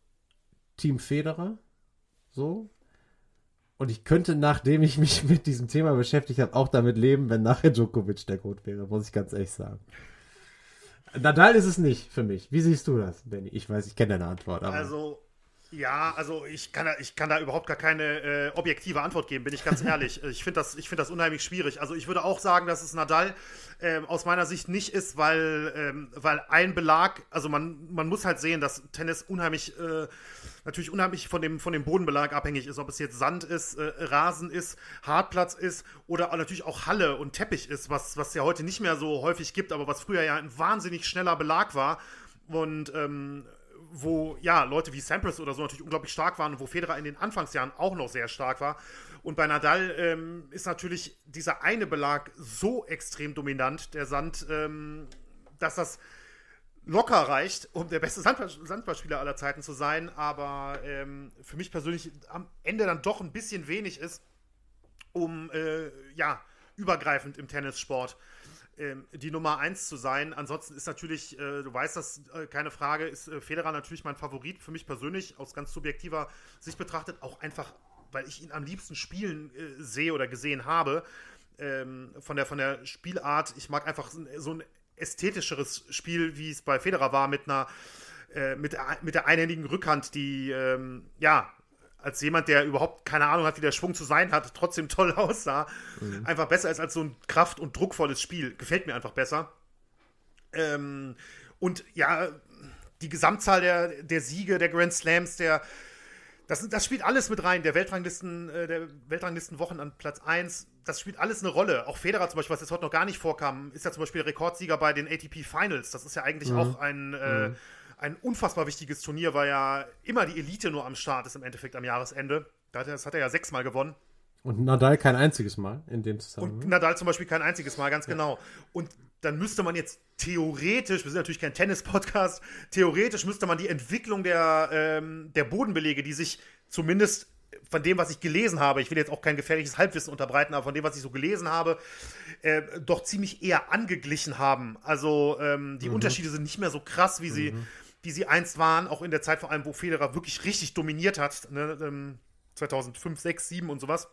Team Federer. So. Und ich könnte, nachdem ich mich mit diesem Thema beschäftigt habe, auch damit leben, wenn nachher Djokovic der GOAT wäre, muss ich ganz ehrlich sagen. Nadal ist es nicht für mich. Wie siehst du das, Benny? Ich weiß, ich kenne deine Antwort. Aber Also ich kann da überhaupt gar keine objektive Antwort geben, bin ich ganz ehrlich. Ich finde das unheimlich schwierig. Also ich würde auch sagen, dass es Nadal aus meiner Sicht nicht ist, weil ein Belag, also man muss halt sehen, dass Tennis natürlich unheimlich von dem Bodenbelag abhängig ist, ob es jetzt Sand ist, Rasen ist, Hartplatz ist oder natürlich auch Halle und Teppich ist, was ja heute nicht mehr so häufig gibt, aber was früher ja ein wahnsinnig schneller Belag war und wo ja Leute wie Sampras oder so natürlich unglaublich stark waren und wo Federer in den Anfangsjahren auch noch sehr stark war. Und bei Nadal ist natürlich dieser eine Belag so extrem dominant, der Sand, dass das locker reicht, um der beste Sandballspieler aller Zeiten zu sein, aber für mich persönlich am Ende dann doch ein bisschen wenig ist, um übergreifend im Tennissport die Nummer 1 zu sein. Ansonsten ist natürlich, du weißt das, keine Frage, ist Federer natürlich mein Favorit, für mich persönlich, aus ganz subjektiver Sicht betrachtet, auch einfach, weil ich ihn am liebsten spielen sehe oder gesehen habe, von der Spielart. Ich mag einfach so ein ästhetischeres Spiel, wie es bei Federer war, mit der einhändigen Rückhand, die, als jemand, der überhaupt keine Ahnung hat, wie der Schwung zu sein hat, trotzdem toll aussah. Einfach besser ist als so ein kraft- und druckvolles Spiel. Gefällt mir einfach besser. Und ja, die Gesamtzahl der Siege, der Grand Slams, das spielt alles mit rein. Der Weltranglistenwochen an Platz 1, das spielt alles eine Rolle. Auch Federer zum Beispiel, was jetzt heute noch gar nicht vorkam, ist ja zum Beispiel der Rekordsieger bei den ATP Finals. Das ist ja eigentlich auch ein unfassbar wichtiges Turnier, weil ja immer die Elite nur am Start ist im Endeffekt am Jahresende. Das hat er ja 6-mal gewonnen. Und Nadal kein einziges Mal in dem Zusammenhang. Und Nadal zum Beispiel kein einziges Mal, ganz genau. Und dann müsste man jetzt theoretisch, wir sind natürlich kein Tennis-Podcast, theoretisch müsste man die Entwicklung der Bodenbelege, die sich zumindest von dem, was ich gelesen habe, ich will jetzt auch kein gefährliches Halbwissen unterbreiten, aber von dem, was ich so gelesen habe, doch ziemlich eher angeglichen haben. Also die Unterschiede sind nicht mehr so krass, wie sie einst waren, auch in der Zeit vor allem, wo Federer wirklich richtig dominiert hat, ne, 2005, 6, 7 und sowas.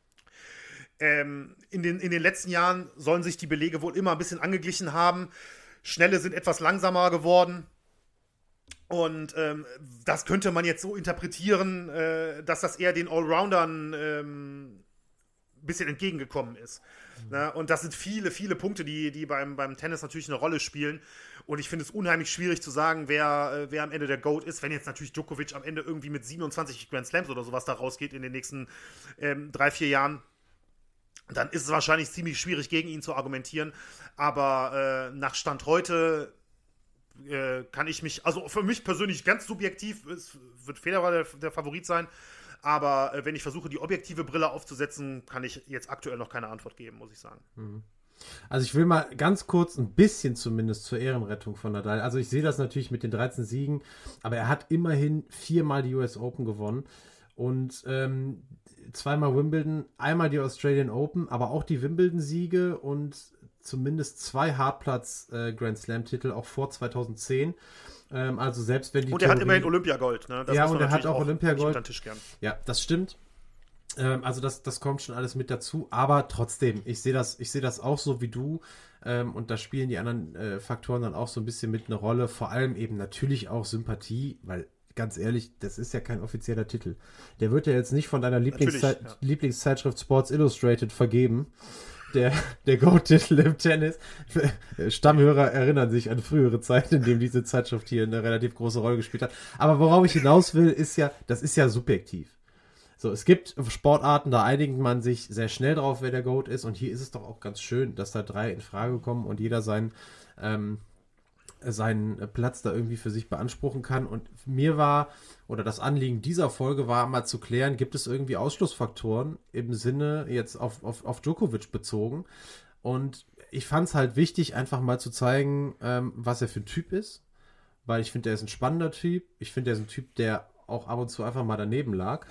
In den letzten Jahren sollen sich die Belege wohl immer ein bisschen angeglichen haben. Schnelle sind etwas langsamer geworden. Und das könnte man jetzt so interpretieren, dass das eher den Allroundern ein bisschen entgegengekommen ist. Ne? Und das sind viele, viele Punkte, die beim Tennis natürlich eine Rolle spielen. Und ich finde es unheimlich schwierig zu sagen, wer am Ende der GOAT ist, wenn jetzt natürlich Djokovic am Ende irgendwie mit 27 Grand Slams oder sowas da rausgeht in den nächsten 3-4 Jahren. Dann ist es wahrscheinlich ziemlich schwierig, gegen ihn zu argumentieren. Aber nach Stand heute kann ich mich, also für mich persönlich ganz subjektiv, es wird Federer der Favorit sein. Aber wenn ich versuche, die objektive Brille aufzusetzen, kann ich jetzt aktuell noch keine Antwort geben, muss ich sagen. Also ich will mal ganz kurz ein bisschen zumindest zur Ehrenrettung von Nadal. Also ich sehe das natürlich mit den 13 Siegen, aber er hat immerhin 4-mal die US Open gewonnen und 2-mal Wimbledon, einmal die Australian Open, aber auch die Wimbledon-Siege und zumindest 2 Hartplatz-Grand Slam-Titel, auch vor 2010. Also selbst wenn die Und er hat immerhin Olympiagold. Ne? Das und er hat auch Olympiagold. Gern. Ja, das stimmt. Also das kommt schon alles mit dazu. Aber trotzdem, ich sehe das auch so wie du. Und da spielen die anderen Faktoren dann auch so ein bisschen mit eine Rolle. Vor allem eben natürlich auch Sympathie, weil ganz ehrlich, das ist ja kein offizieller Titel. Der wird ja jetzt nicht von deiner Lieblingszeitschrift Sports Illustrated vergeben. Der GOAT-Titel im Tennis. Stammhörer erinnern sich an frühere Zeiten, in denen diese Zeitschrift hier eine relativ große Rolle gespielt hat. Aber worauf ich hinaus will, das ist ja subjektiv. So, es gibt Sportarten, da einigt man sich sehr schnell drauf, wer der GOAT ist. Und hier ist es doch auch ganz schön, dass da 3 in Frage kommen und jeder seinen Platz da irgendwie für sich beanspruchen kann. Und das Anliegen dieser Folge war mal zu klären, gibt es irgendwie Ausschlussfaktoren im Sinne jetzt auf Djokovic bezogen. Und ich fand es halt wichtig, einfach mal zu zeigen, was er für ein Typ ist. Weil ich finde, er ist ein spannender Typ. Ich finde, er ist ein Typ, der auch ab und zu einfach mal daneben lag.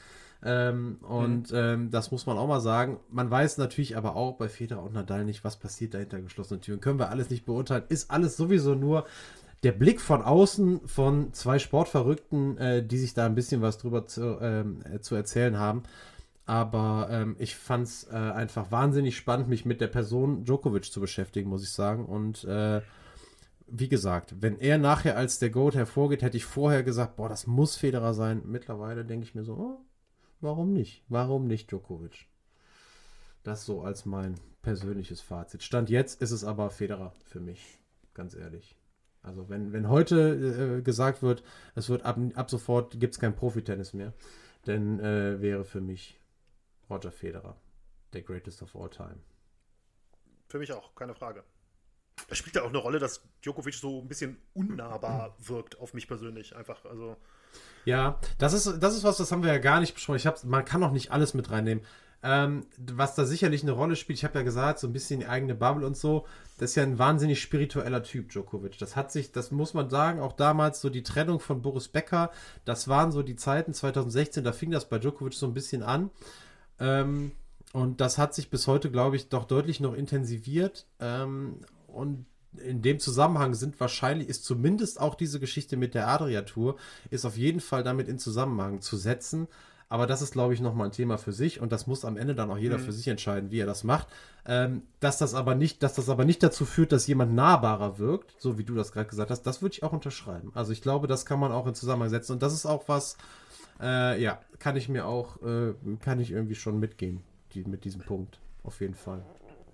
Das muss man auch mal sagen. Man weiß natürlich aber auch bei Federer und Nadal nicht, was passiert da hinter geschlossenen Türen. Können wir alles nicht beurteilen. Ist alles sowieso nur der Blick von außen von zwei Sportverrückten, die sich da ein bisschen was drüber zu erzählen haben. Aber ich fand es einfach wahnsinnig spannend, mich mit der Person Djokovic zu beschäftigen, muss ich sagen. Und wie gesagt, wenn er nachher als der GOAT hervorgeht, hätte ich vorher gesagt, boah, das muss Federer sein. Mittlerweile denke ich mir so, oh, warum nicht? Warum nicht Djokovic? Das so als mein persönliches Fazit. Stand jetzt ist es aber Federer für mich, ganz ehrlich. Also wenn heute gesagt wird, es wird ab sofort gibt es kein Profitennis mehr, dann wäre für mich Roger Federer der greatest of all time. Für mich auch, keine Frage. Es spielt ja auch eine Rolle, dass Djokovic so ein bisschen unnahbar wirkt auf mich persönlich. Einfach, also. Ja, das ist was, das haben wir ja gar nicht besprochen. Man kann auch nicht alles mit reinnehmen. Was da sicherlich eine Rolle spielt, ich habe ja gesagt, so ein bisschen die eigene Bubble und so, das ist ja ein wahnsinnig spiritueller Typ, Djokovic. Das muss man sagen, auch damals so die Trennung von Boris Becker, das waren so die Zeiten 2016, da fing das bei Djokovic so ein bisschen an. Und das hat sich bis heute, glaube ich, doch deutlich noch intensiviert. Und in dem Zusammenhang ist zumindest auch diese Geschichte mit der Adria-Tour, ist auf jeden Fall damit in Zusammenhang zu setzen. Aber das ist, glaube ich, nochmal ein Thema für sich und das muss am Ende dann auch jeder für sich entscheiden, wie er das macht. Dass das aber nicht dazu führt, dass jemand nahbarer wirkt, so wie du das gerade gesagt hast, das würde ich auch unterschreiben. Also ich glaube, das kann man auch in Zusammenhang setzen und das ist auch was, kann ich irgendwie schon mitgehen, mit diesem Punkt, auf jeden Fall.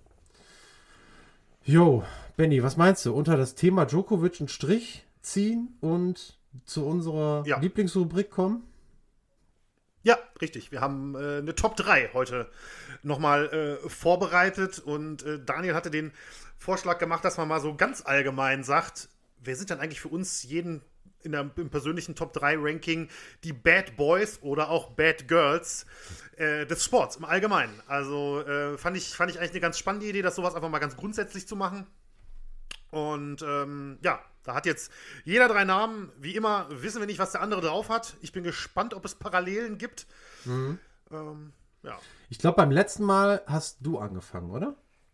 Jo, Benny, was meinst du? Unter das Thema Djokovic einen Strich ziehen und zu unserer Lieblingsrubrik kommen? Ja, richtig. Wir haben eine Top 3 heute nochmal vorbereitet und Daniel hatte den Vorschlag gemacht, dass man mal so ganz allgemein sagt, wer sind denn eigentlich für uns im persönlichen Top 3 Ranking die Bad Boys oder auch Bad Girls des Sports im Allgemeinen. Also fand ich eigentlich eine ganz spannende Idee, das sowas einfach mal ganz grundsätzlich zu machen. Und da hat jetzt jeder 3 Namen. Wie immer wissen wir nicht, was der andere drauf hat. Ich bin gespannt, ob es Parallelen gibt. Mhm. Ich glaube, beim letzten Mal hast du angefangen, oder?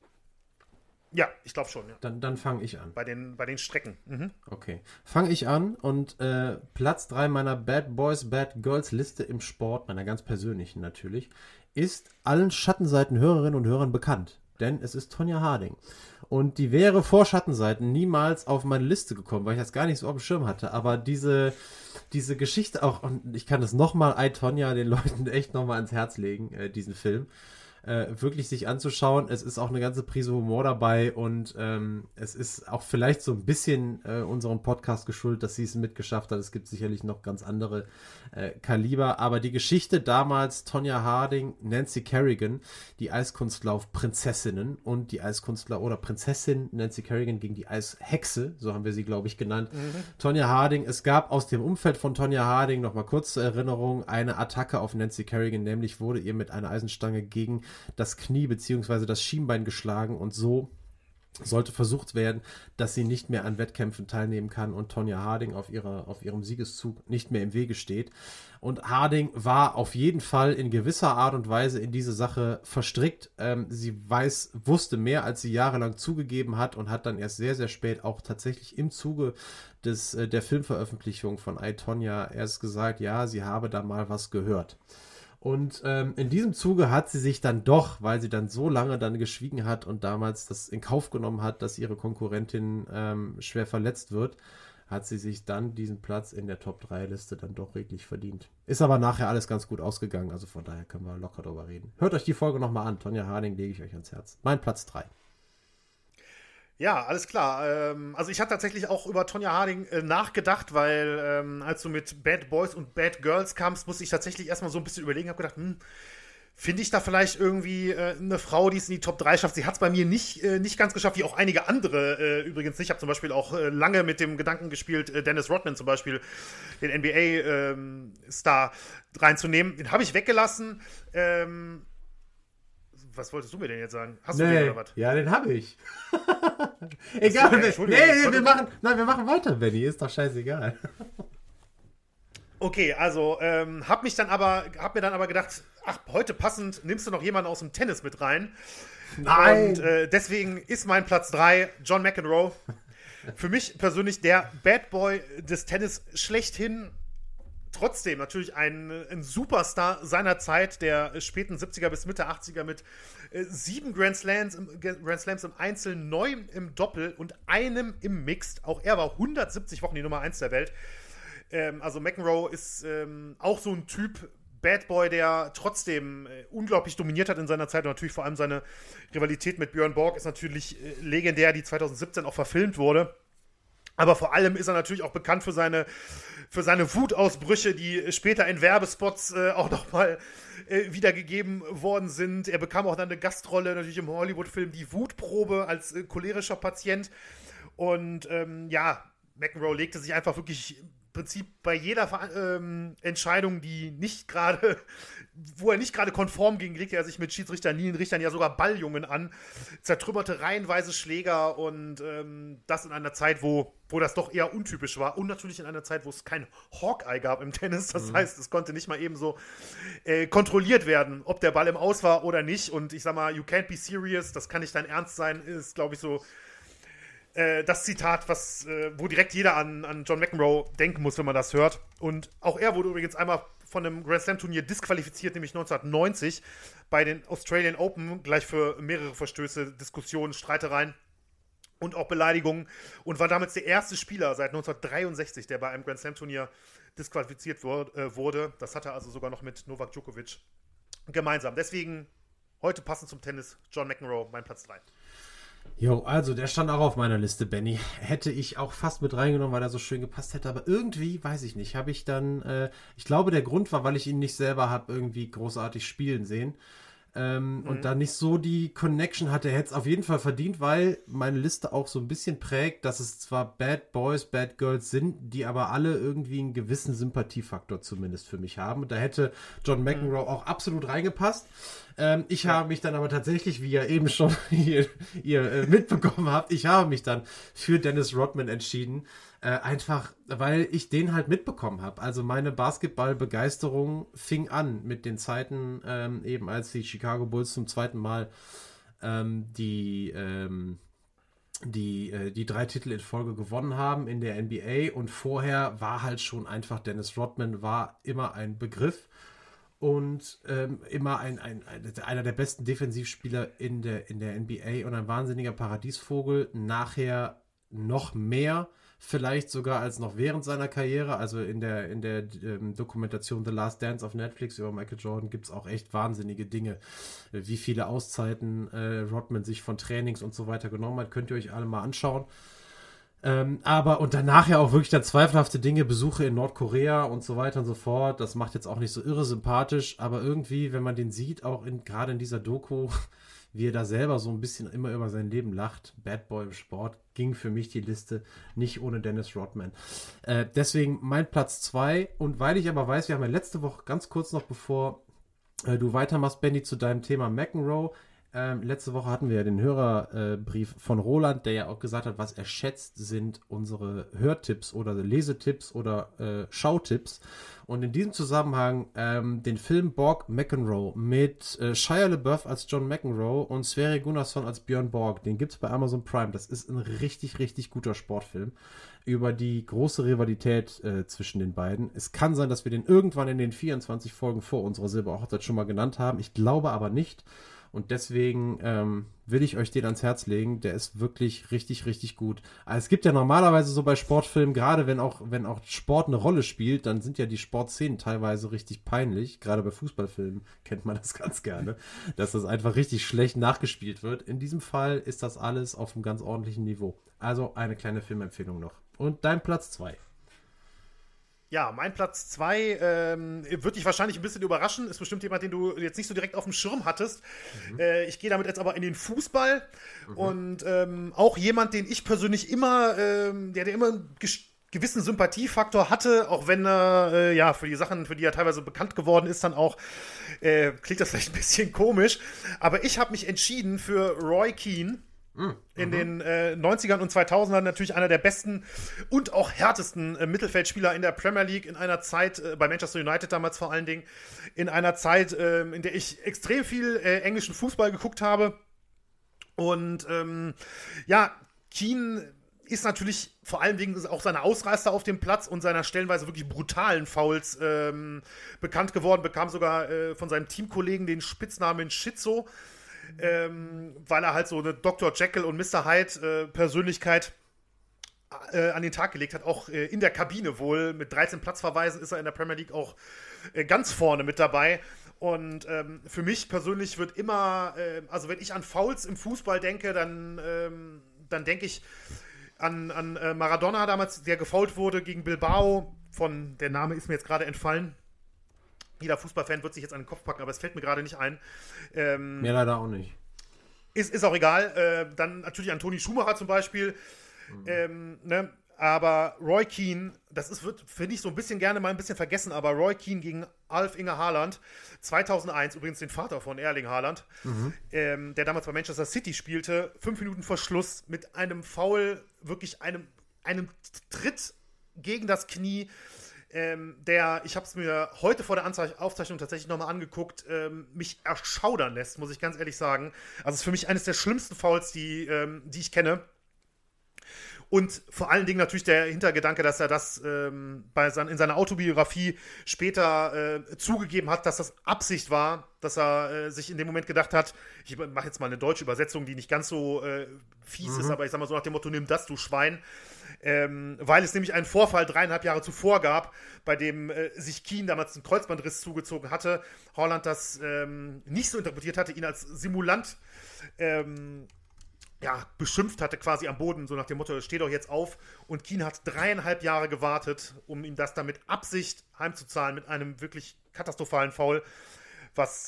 Ja, ich glaube schon. Ja. Dann fange ich an. Bei den Strecken. Mhm. Okay. Fange ich an und Platz 3 meiner Bad Boys, Bad Girls Liste im Sport, meiner ganz persönlichen natürlich, ist allen Schattenseiten-Hörerinnen und Hörern bekannt. Denn es ist Tonya Harding. Und die wäre vor Schattenseiten niemals auf meine Liste gekommen, weil ich das gar nicht so auf dem Schirm hatte. Aber diese Geschichte auch, und ich kann das nochmal, Tonya, den Leuten echt nochmal ans Herz legen, diesen Film. Wirklich sich anzuschauen. Es ist auch eine ganze Prise Humor dabei und es ist auch vielleicht so ein bisschen unserem Podcast geschuldet, dass sie es mitgeschafft hat. Es gibt sicherlich noch ganz andere Kaliber, aber die Geschichte damals, Tonya Harding, Nancy Kerrigan, die Eiskunstlauf-Prinzessinnen und die Prinzessin Nancy Kerrigan gegen die Eishexe, so haben wir sie, glaube ich, genannt. Tonya Harding, es gab aus dem Umfeld von Tonya Harding, nochmal kurz zur Erinnerung, eine Attacke auf Nancy Kerrigan, nämlich wurde ihr mit einer Eisenstange gegen das Knie bzw. das Schienbein geschlagen und so sollte versucht werden, dass sie nicht mehr an Wettkämpfen teilnehmen kann und Tonya Harding auf ihrem Siegeszug nicht mehr im Wege steht. Und Harding war auf jeden Fall in gewisser Art und Weise in diese Sache verstrickt. Sie wusste mehr, als sie jahrelang zugegeben hat und hat dann erst sehr, sehr spät auch tatsächlich im Zuge der Filmveröffentlichung von Tonya erst gesagt, ja, sie habe da mal was gehört. Und in diesem Zuge hat sie sich dann doch, weil sie dann so lange dann geschwiegen hat und damals das in Kauf genommen hat, dass ihre Konkurrentin schwer verletzt wird, hat sie sich dann diesen Platz in der Top-3-Liste dann doch redlich verdient. Ist aber nachher alles ganz gut ausgegangen, also von daher können wir locker drüber reden. Hört euch die Folge nochmal an, Tonya Harding lege ich euch ans Herz. Mein Platz 3. Ja, alles klar. Also ich habe tatsächlich auch über Tonya Harding nachgedacht, weil als du mit Bad Boys und Bad Girls kamst, musste ich tatsächlich erstmal so ein bisschen überlegen, habe gedacht, finde ich da vielleicht irgendwie eine Frau, die es in die Top 3 schafft. Sie hat es bei mir nicht ganz geschafft, wie auch einige andere übrigens nicht. Ich habe zum Beispiel auch lange mit dem Gedanken gespielt, Dennis Rodman zum Beispiel, den NBA-Star reinzunehmen. Den habe ich weggelassen. Was wolltest du mir denn jetzt sagen? Hast du den oder was? Ja, den habe ich. Egal. Wir machen weiter, Benny. Ist doch scheißegal. Okay, also hab mir dann aber gedacht, ach, heute passend nimmst du noch jemanden aus dem Tennis mit rein. Nein! Und deswegen ist mein Platz 3 John McEnroe. für mich persönlich der Bad Boy des Tennis schlechthin. Trotzdem natürlich ein Superstar seiner Zeit, der späten 70er bis Mitte 80er mit 7 Grand Slams im Einzel, 9 im Doppel und einem im Mixed. Auch er war 170 Wochen die Nummer 1 der Welt. Also McEnroe ist auch so ein Typ Bad Boy, der trotzdem unglaublich dominiert hat in seiner Zeit und natürlich vor allem seine Rivalität mit Björn Borg ist natürlich legendär, die 2017 auch verfilmt wurde. Aber vor allem ist er natürlich auch bekannt für seine Wutausbrüche, die später in Werbespots auch nochmal wiedergegeben worden sind. Er bekam auch dann eine Gastrolle natürlich im Hollywood-Film Die Wutprobe als cholerischer Patient. Und McEnroe legte sich einfach wirklich im Prinzip bei jeder Entscheidung, die nicht gerade, wo er nicht gerade konform ging, legte er sich mit Schiedsrichtern, Linienrichtern ja sogar Balljungen an, zertrümmerte reihenweise Schläger und das in einer Zeit, wo das doch eher untypisch war und natürlich in einer Zeit, wo es kein Hawkeye gab im Tennis. Das heißt, es konnte nicht mal eben so kontrolliert werden, ob der Ball im Aus war oder nicht. Und ich sag mal, you can't be serious, das kann nicht dein Ernst sein, ist, glaube ich, so das Zitat, wo direkt jeder an John McEnroe denken muss, wenn man das hört. Und auch er wurde übrigens einmal von einem Grand Slam Turnier disqualifiziert, nämlich 1990 bei den Australian Open, gleich für mehrere Verstöße, Diskussionen, Streitereien und auch Beleidigungen und war damals der erste Spieler seit 1963, der bei einem Grand Slam Turnier disqualifiziert wurde. Das hat er also sogar noch mit Novak Djokovic gemeinsam. Deswegen heute passend zum Tennis, John McEnroe, mein Platz 3. Jo, also der stand auch auf meiner Liste, Benny. Hätte ich auch fast mit reingenommen, weil er so schön gepasst hätte. Aber irgendwie, weiß ich nicht, habe ich dann, ich glaube, der Grund war, weil ich ihn nicht selber habe irgendwie großartig spielen sehen. Und da nicht so die Connection hatte, hätte es auf jeden Fall verdient, weil meine Liste auch so ein bisschen prägt, dass es zwar Bad Boys, Bad Girls sind, die aber alle irgendwie einen gewissen Sympathiefaktor zumindest für mich haben. Und da hätte John McEnroe auch absolut reingepasst. Ich habe mich dann aber tatsächlich, wie ihr eben schon ihr mitbekommen habt, ich habe mich dann für Dennis Rodman entschieden. Einfach, weil ich den halt mitbekommen habe. Also meine Basketball-Begeisterung fing an mit den Zeiten, eben als die Chicago Bulls zum zweiten Mal die 3 Titel in Folge gewonnen haben in der NBA. Und vorher war halt schon einfach Dennis Rodman war immer ein Begriff. Und immer einer der besten Defensivspieler in der NBA und ein wahnsinniger Paradiesvogel. Nachher noch mehr, vielleicht sogar als noch während seiner Karriere. Also in der Dokumentation The Last Dance auf Netflix über Michael Jordan gibt es auch echt wahnsinnige Dinge. Wie viele Auszeiten Rodman sich von Trainings und so weiter genommen hat, könnt ihr euch alle mal anschauen. Und danach ja auch wirklich dann zweifelhafte Dinge, Besuche in Nordkorea und so weiter und so fort. Das macht jetzt auch nicht so irre sympathisch, aber irgendwie, wenn man den sieht, auch gerade in dieser Doku, wie er da selber so ein bisschen immer über sein Leben lacht, Bad Boy im Sport, ging für mich die Liste nicht ohne Dennis Rodman. Deswegen mein Platz 2 und weil ich aber weiß, wir haben ja letzte Woche ganz kurz noch, bevor du weitermachst, Benny, zu deinem Thema McEnroe. Letzte Woche hatten wir ja den Hörerbrief von Roland, der ja auch gesagt hat, was er schätzt, sind unsere Hörtipps oder Lesetipps oder Schautipps. Und in diesem Zusammenhang den Film Borg McEnroe mit Shia LaBeouf als John McEnroe und Sverre Gunnarsson als Björn Borg. Den gibt es bei Amazon Prime. Das ist ein richtig, richtig guter Sportfilm über die große Rivalität zwischen den beiden. Es kann sein, dass wir den irgendwann in den 24 Folgen vor unserer Silberhochzeit schon mal genannt haben. Ich glaube aber nicht. Und deswegen will ich euch den ans Herz legen. Der ist wirklich richtig, richtig gut. Also es gibt ja normalerweise so bei Sportfilmen, gerade wenn auch Sport eine Rolle spielt, dann sind ja die Sportszenen teilweise richtig peinlich. Gerade bei Fußballfilmen kennt man das ganz gerne, dass das einfach richtig schlecht nachgespielt wird. In diesem Fall ist das alles auf einem ganz ordentlichen Niveau. Also eine kleine Filmempfehlung noch. Und dein Platz 2. Ja, mein Platz 2 wird dich wahrscheinlich ein bisschen überraschen. Ist bestimmt jemand, den du jetzt nicht so direkt auf dem Schirm hattest. Ich gehe damit jetzt aber in den Fußball. Und auch jemand, den ich persönlich immer, der immer einen gewissen Sympathiefaktor hatte, auch wenn er für die Sachen, für die er teilweise bekannt geworden ist, dann auch, klingt das vielleicht ein bisschen komisch. Aber ich habe mich entschieden für Roy Keane. In den 90ern und 2000ern natürlich einer der besten und auch härtesten Mittelfeldspieler in der Premier League in einer Zeit, bei Manchester United damals vor allen Dingen, in einer Zeit, in der ich extrem viel englischen Fußball geguckt habe. Und Keane ist natürlich vor allem wegen auch seiner Ausreißer auf dem Platz und seiner stellenweise wirklich brutalen Fouls bekannt geworden, bekam sogar von seinem Teamkollegen den Spitznamen Schizo, weil er halt so eine Dr. Jekyll und Mr. Hyde Persönlichkeit an den Tag gelegt hat, auch in der Kabine wohl. Mit 13 Platzverweisen ist er in der Premier League auch ganz vorne mit dabei. Und für mich persönlich wird immer, also wenn ich an Fouls im Fußball denke, dann denke ich an Maradona damals, der gefoult wurde gegen Bilbao. Der Name ist mir jetzt gerade entfallen. Jeder Fußballfan wird sich jetzt an den Kopf packen, aber es fällt mir gerade nicht ein. Mir leider auch nicht. Ist auch egal. Dann natürlich an Toni Schumacher zum Beispiel. Ne? Aber Roy Keane, wird, finde ich, so ein bisschen gerne mal ein bisschen vergessen, aber Roy Keane gegen Alf Inge Haaland, 2001, übrigens den Vater von Erling Haaland, der damals bei Manchester City spielte, 5 Minuten vor Schluss mit einem Foul, wirklich einem Tritt gegen das Knie, ich habe es mir heute vor der Aufzeichnung tatsächlich nochmal angeguckt, mich erschaudern lässt, muss ich ganz ehrlich sagen. Also es ist für mich eines der schlimmsten Fouls, die ich kenne. Und vor allen Dingen natürlich der Hintergedanke, dass er das in seiner Autobiografie später zugegeben hat, dass das Absicht war, dass er sich in dem Moment gedacht hat, ich mache jetzt mal eine deutsche Übersetzung, die nicht ganz so fies ist, aber ich sag mal so nach dem Motto, nimm das, du Schwein. Weil es nämlich einen Vorfall 3,5 Jahre zuvor gab, bei dem sich Keane damals einen Kreuzbandriss zugezogen hatte. Haaland das nicht so interpretiert hatte, ihn als Simulant beschimpft hatte quasi am Boden, so nach dem Motto, steh doch jetzt auf. Und Keane hat 3,5 Jahre gewartet, um ihm das dann mit Absicht heimzuzahlen, mit einem wirklich katastrophalen Foul, was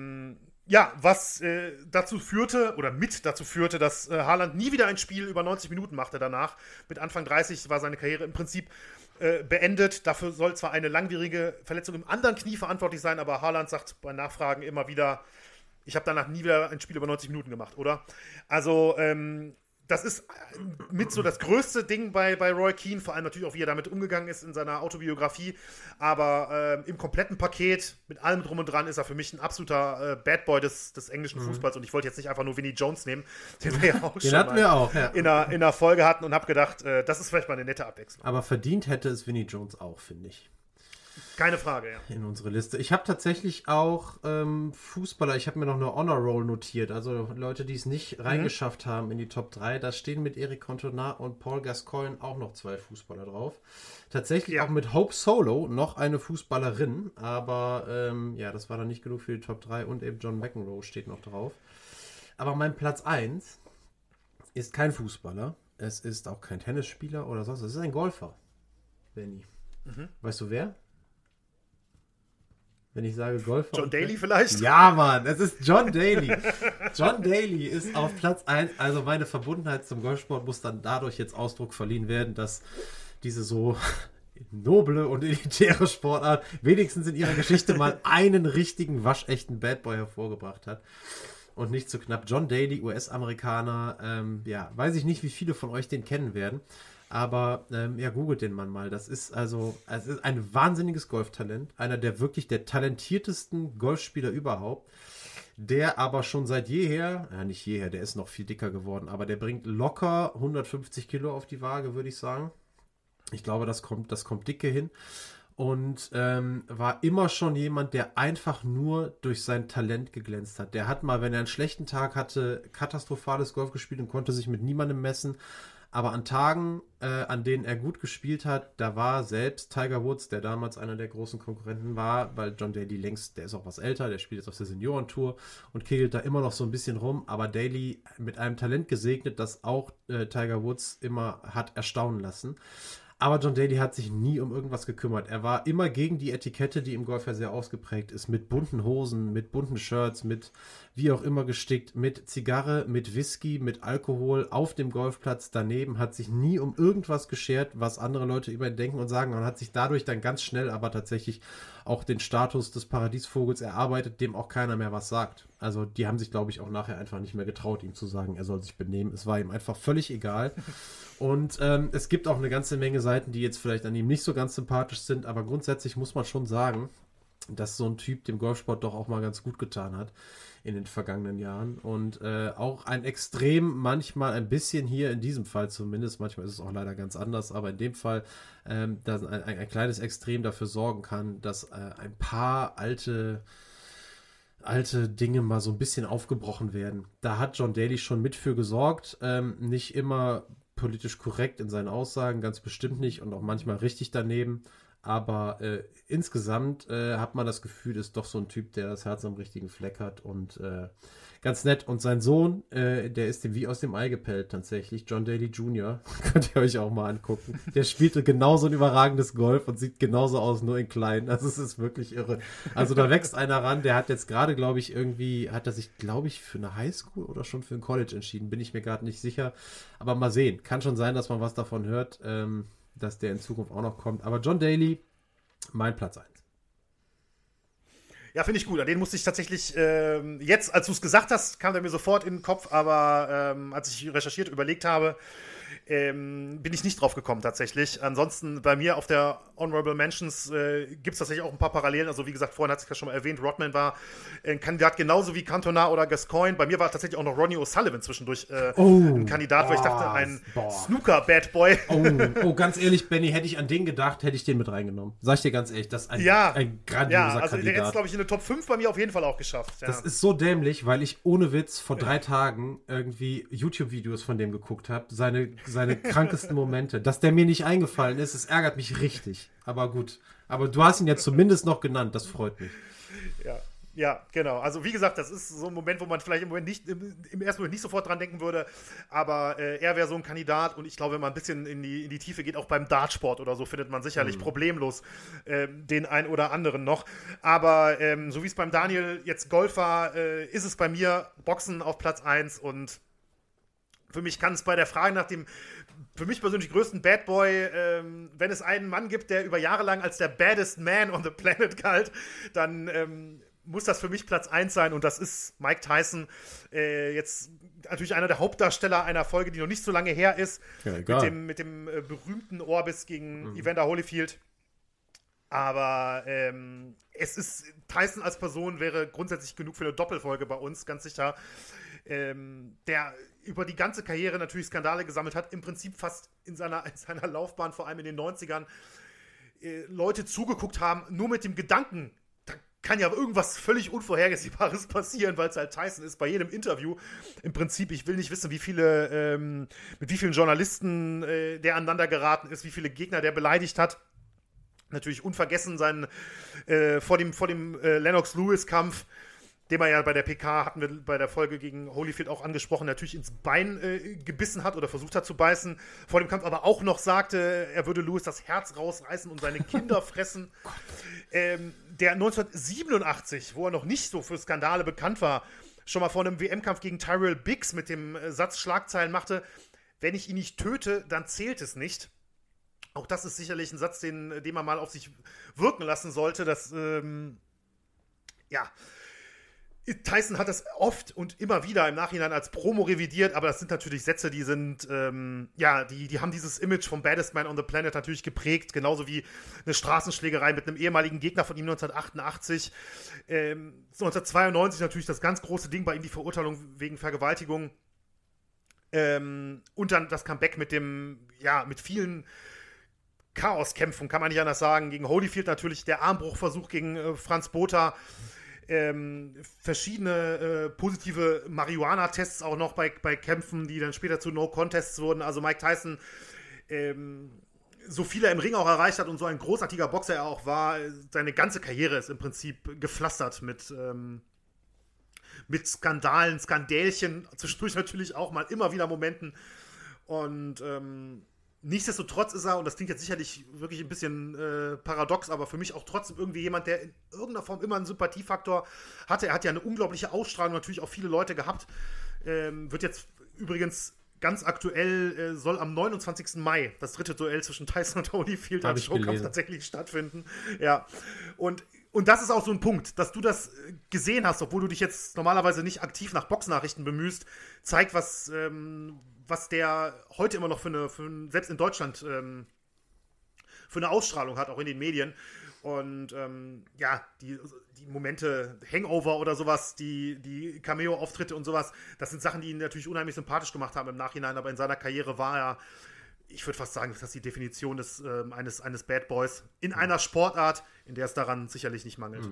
dazu führte, dass Haaland nie wieder ein Spiel über 90 Minuten machte danach. Mit Anfang 30 war seine Karriere im Prinzip beendet. Dafür soll zwar eine langwierige Verletzung im anderen Knie verantwortlich sein, aber Haaland sagt bei Nachfragen immer wieder, ich habe danach nie wieder ein Spiel über 90 Minuten gemacht, oder? Also, das ist mit so das größte Ding bei Roy Keane, vor allem natürlich auch, wie er damit umgegangen ist in seiner Autobiografie. Aber im kompletten Paket, mit allem drum und dran, ist er für mich ein absoluter Bad Boy des englischen Fußballs. Und ich wollte jetzt nicht einfach nur Vinnie Jones nehmen, den wir ja auch schon mal in einer Folge hatten und habe gedacht, das ist vielleicht mal eine nette Abwechslung. Aber verdient hätte es Vinnie Jones auch, finde ich. Keine Frage, ja. In unsere Liste. Ich habe tatsächlich auch Fußballer, ich habe mir noch eine Honor Roll notiert, also Leute, die es nicht reingeschafft haben in die Top 3. Da stehen mit Eric Cantona und Paul Gascoigne auch noch 2 Fußballer drauf. Tatsächlich auch mit Hope Solo noch eine Fußballerin, aber das war dann nicht genug für die Top 3 und eben John McEnroe steht noch drauf. Aber mein Platz 1 ist kein Fußballer, es ist auch kein Tennisspieler oder sonst, es ist ein Golfer, Benny. Weißt du wer? Wenn ich sage Golfer. John Daly vielleicht? Ja, Mann, es ist John Daly. John Daly ist auf Platz 1. Also meine Verbundenheit zum Golfsport muss dann dadurch jetzt Ausdruck verliehen werden, dass diese so noble und elitäre Sportart wenigstens in ihrer Geschichte mal einen richtigen, waschechten Bad Boy hervorgebracht hat. Und nicht so knapp. John Daly, US-Amerikaner. Weiß ich nicht, wie viele von euch den kennen werden. Aber googelt den Mann mal. Es ist ein wahnsinniges Golftalent. Einer der talentiertesten Golfspieler überhaupt. Der aber schon seit jeher, nicht jeher, der ist noch viel dicker geworden, aber der bringt locker 150 Kilo auf die Waage, würde ich sagen. Ich glaube, das kommt dicke hin. Und war immer schon jemand, der einfach nur durch sein Talent geglänzt hat. Der hat mal, wenn er einen schlechten Tag hatte, katastrophales Golf gespielt und konnte sich mit niemandem messen. Aber an Tagen, an denen er gut gespielt hat, da war selbst Tiger Woods, der damals einer der großen Konkurrenten war, weil John Daly der ist auch was älter, der spielt jetzt auf der Seniorentour und kegelt da immer noch so ein bisschen rum. Aber Daly mit einem Talent gesegnet, das auch Tiger Woods immer hat erstaunen lassen. Aber John Daly hat sich nie um irgendwas gekümmert. Er war immer gegen die Etikette, die im Golf ja sehr ausgeprägt ist, mit bunten Hosen, mit bunten Shirts, mit wie auch immer gestickt, mit Zigarre, mit Whisky, mit Alkohol auf dem Golfplatz daneben, hat sich nie um irgendwas geschert, was andere Leute über ihn denken und sagen, und hat sich dadurch dann ganz schnell aber tatsächlich auch den Status des Paradiesvogels erarbeitet, dem auch keiner mehr was sagt. Also die haben sich, glaube ich, auch nachher einfach nicht mehr getraut, ihm zu sagen, er soll sich benehmen. Es war ihm einfach völlig egal. Und es gibt auch eine ganze Menge Seiten, die jetzt vielleicht an ihm nicht so ganz sympathisch sind, aber grundsätzlich muss man schon sagen, dass so ein Typ dem Golfsport doch auch mal ganz gut getan hat in den vergangenen Jahren. Und auch ein Extrem, manchmal ein bisschen hier, in diesem Fall zumindest, manchmal ist es auch leider ganz anders, aber in dem Fall, dass ein kleines Extrem dafür sorgen kann, dass ein paar alte Dinge mal so ein bisschen aufgebrochen werden. Da hat John Daly schon mit für gesorgt. Nicht immer politisch korrekt in seinen Aussagen, ganz bestimmt nicht und auch manchmal richtig daneben. Aber insgesamt hat man das Gefühl, ist doch so ein Typ, der das Herz am richtigen Fleck hat und ganz nett. Und sein Sohn, der ist dem wie aus dem Ei gepellt tatsächlich, John Daly Jr., könnt ihr euch auch mal angucken. Der spielte genauso ein überragendes Golf und sieht genauso aus, nur in klein. Also es ist wirklich irre. Also da wächst einer ran, der hat jetzt gerade, glaube ich, hat er sich, glaube ich, für eine Highschool oder schon für ein College entschieden, bin ich mir gerade nicht sicher. Aber mal sehen, kann schon sein, dass man was davon hört, dass der in Zukunft auch noch kommt. Aber John Daly, mein Platz 1. Ja, finde ich gut. An den musste ich tatsächlich, jetzt, als du es gesagt hast, kam der mir sofort in den Kopf, aber als ich recherchiert, überlegt habe, bin ich nicht drauf gekommen tatsächlich. Ansonsten bei mir auf der Honorable Mentions gibt es tatsächlich auch ein paar Parallelen. Also wie gesagt, vorhin hat sich ja schon mal erwähnt, Rodman war ein Kandidat genauso wie Cantona oder Gascoigne. Bei mir war tatsächlich auch noch Ronnie O'Sullivan zwischendurch ein Kandidat, weil ich dachte, ein Snooker-Bad-Boy. Ganz ehrlich, Benny, hätte ich an den gedacht, hätte ich den mit reingenommen. Sag ich dir ganz ehrlich, das ist ein grandioser also Kandidat. Der hätte es, glaube ich, in der Top 5 bei mir auf jeden Fall auch geschafft. Ja. Das ist so dämlich, weil ich ohne Witz vor 3 Tagen irgendwie YouTube-Videos von dem geguckt habe. Seine krankesten Momente. Dass der mir nicht eingefallen ist, es ärgert mich richtig. Aber gut. Aber du hast ihn ja zumindest noch genannt, das freut mich. Ja, genau. Also wie gesagt, das ist so ein Moment, wo man vielleicht im ersten Moment nicht sofort dran denken würde, aber er wäre so ein Kandidat und ich glaube, wenn man ein bisschen in die Tiefe geht, auch beim Dartsport oder so, findet man sicherlich problemlos den ein oder anderen noch. Aber so wie es beim Daniel jetzt Golf war, ist es bei mir Boxen auf Platz 1 und für mich kann es bei der Frage nach dem für mich persönlich größten Bad Boy, wenn es einen Mann gibt, der über Jahre lang als der baddest man on the planet galt, dann muss das für mich Platz 1 sein und das ist Mike Tyson. Jetzt natürlich einer der Hauptdarsteller einer Folge, die noch nicht so lange her ist, mit dem berühmten Orbis gegen Evander Holyfield. Aber Tyson als Person wäre grundsätzlich genug für eine Doppelfolge bei uns, ganz sicher. Der über die ganze Karriere natürlich Skandale gesammelt hat, im Prinzip fast in seiner Laufbahn, vor allem in den 90ern, Leute zugeguckt haben, nur mit dem Gedanken, da kann ja irgendwas völlig Unvorhergesehbares passieren, weil es halt Tyson ist, bei jedem Interview. Im Prinzip, ich will nicht wissen, mit wie vielen Journalisten der aneinander geraten ist, wie viele Gegner der beleidigt hat. Natürlich unvergessen vor dem Lennox-Lewis-Kampf, den man ja bei der PK, hatten wir bei der Folge gegen Holyfield auch angesprochen, natürlich ins Bein gebissen hat oder versucht hat zu beißen. Vor dem Kampf aber auch noch sagte, er würde Lewis das Herz rausreißen und seine Kinder fressen. Der 1987, wo er noch nicht so für Skandale bekannt war, schon mal vor einem WM-Kampf gegen Tyrell Biggs mit dem Satz Schlagzeilen machte, wenn ich ihn nicht töte, dann zählt es nicht. Auch das ist sicherlich ein Satz, den man mal auf sich wirken lassen sollte. Tyson hat das oft und immer wieder im Nachhinein als Promo revidiert, aber das sind natürlich Sätze, die sind, die haben dieses Image vom Baddest Man on the Planet natürlich geprägt, genauso wie eine Straßenschlägerei mit einem ehemaligen Gegner von ihm 1988. 1992 natürlich das ganz große Ding bei ihm, die Verurteilung wegen Vergewaltigung. Und dann das Comeback mit vielen Chaoskämpfen, kann man nicht anders sagen. Gegen Holyfield natürlich der Armbruchversuch gegen Franz Botha. Verschiedene positive Marihuana-Tests auch noch bei Kämpfen, die dann später zu No-Contests wurden. Also Mike Tyson, so viel er im Ring auch erreicht hat und so ein großartiger Boxer er auch war, seine ganze Karriere ist im Prinzip gepflastert mit Skandalen, Skandälchen, zwischendurch natürlich auch mal immer wieder Momenten. Und nichtsdestotrotz ist er, und das klingt jetzt sicherlich wirklich ein bisschen paradox, aber für mich auch trotzdem irgendwie jemand, der in irgendeiner Form immer einen Sympathiefaktor hatte. Er hat ja eine unglaubliche Ausstrahlung, natürlich auch viele Leute gehabt. Wird jetzt übrigens ganz aktuell, soll am 29. Mai das 3. Duell zwischen Tyson und Holyfield als Showkampf tatsächlich stattfinden. Ja, und das ist auch so ein Punkt, dass du das gesehen hast, obwohl du dich jetzt normalerweise nicht aktiv nach Boxnachrichten bemühst, zeigt, was der heute immer noch für selbst in Deutschland, für eine Ausstrahlung hat, auch in den Medien. Und die Momente, Hangover oder sowas, die Cameo-Auftritte und sowas, das sind Sachen, die ihn natürlich unheimlich sympathisch gemacht haben im Nachhinein, aber in seiner Karriere war er, ich würde fast sagen, das ist die Definition eines Bad Boys in einer Sportart, in der es daran sicherlich nicht mangelt.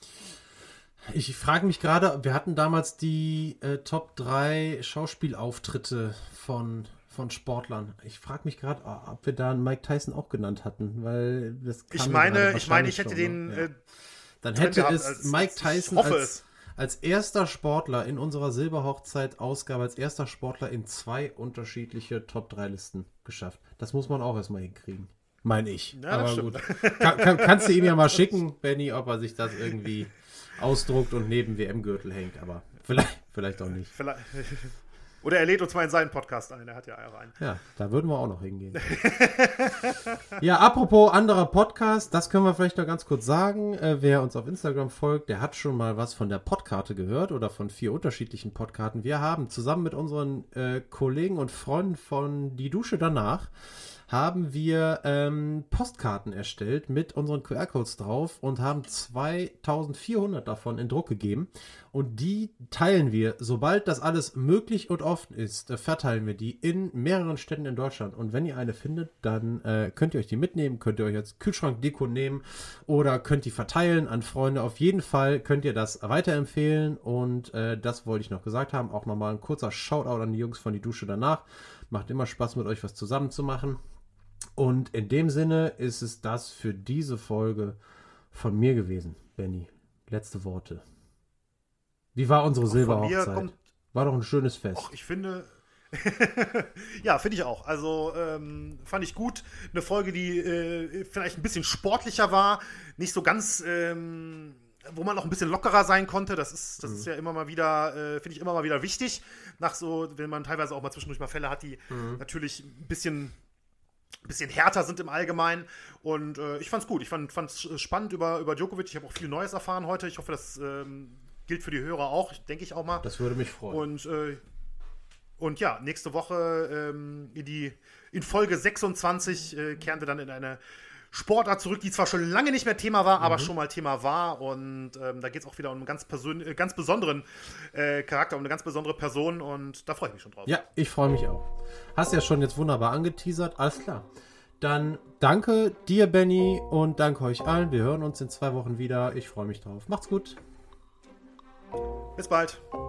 Ich frage mich gerade, wir hatten damals die Top 3 Schauspielauftritte von Sportlern. Ich frage mich gerade, ob wir da einen Mike Tyson auch genannt hatten, weil das kam ich meine, ich hätte den dann hätte es Mike Tyson als erster Sportler in unserer Silberhochzeit-Ausgabe, als erster Sportler in 2 unterschiedliche Top-3-Listen geschafft. Das muss man auch erstmal hinkriegen. Meine ich. Ja, aber stimmt. gut. Kannst du ihm ja mal schicken, Benny, ob er sich das irgendwie ausdruckt und neben WM-Gürtel hängt, aber vielleicht auch nicht. Oder er lädt uns mal in seinen Podcast ein, er hat ja einen. Ja, da würden wir auch noch hingehen. Ja, apropos anderer Podcast, das können wir vielleicht noch ganz kurz sagen. Wer uns auf Instagram folgt, der hat schon mal was von der Podkarte gehört oder von 4 unterschiedlichen Podkarten. Wir haben zusammen mit unseren Kollegen und Freunden von Die Dusche danach haben wir Postkarten erstellt mit unseren QR-Codes drauf und haben 2400 davon in Druck gegeben. Und die teilen wir, sobald das alles möglich und offen ist, verteilen wir die in mehreren Städten in Deutschland. Und wenn ihr eine findet, dann könnt ihr euch die mitnehmen, könnt ihr euch als Kühlschrankdeko nehmen oder könnt die verteilen an Freunde. Auf jeden Fall könnt ihr das weiterempfehlen. Und das wollte ich noch gesagt haben. Auch nochmal ein kurzer Shoutout an die Jungs von Die Dusche danach. Macht immer Spaß, mit euch was zusammen zu machen. Und in dem Sinne ist es das für diese Folge von mir gewesen. Benny, letzte Worte. Wie war unsere Silberhochzeit? War doch ein schönes Fest. Och, ich finde... ja, finde ich auch. Also fand ich gut. Eine Folge, die vielleicht ein bisschen sportlicher war. Nicht so ganz... wo man auch ein bisschen lockerer sein konnte. Das ist ja immer mal wieder, finde ich immer mal wieder wichtig. Nach so, wenn man teilweise auch mal zwischendurch mal Fälle hat, die natürlich ein bisschen härter sind im Allgemeinen. Und ich fand's gut. Ich fand's spannend über Djokovic. Ich habe auch viel Neues erfahren heute. Ich hoffe, das gilt für die Hörer auch. Denke ich auch mal. Das würde mich freuen. Und ja, nächste Woche in Folge 26 kehren wir dann in eine Sportart zurück, die zwar schon lange nicht mehr Thema war, aber schon mal Thema war. Und da geht es auch wieder um einen ganz besonderen Charakter, um eine ganz besondere Person. Und da freue ich mich schon drauf. Ja, ich freue mich auch. Hast ja schon jetzt wunderbar angeteasert. Alles klar. Dann danke dir, Benny, und danke euch allen. Wir hören uns in 2 Wochen wieder. Ich freue mich drauf. Macht's gut. Bis bald.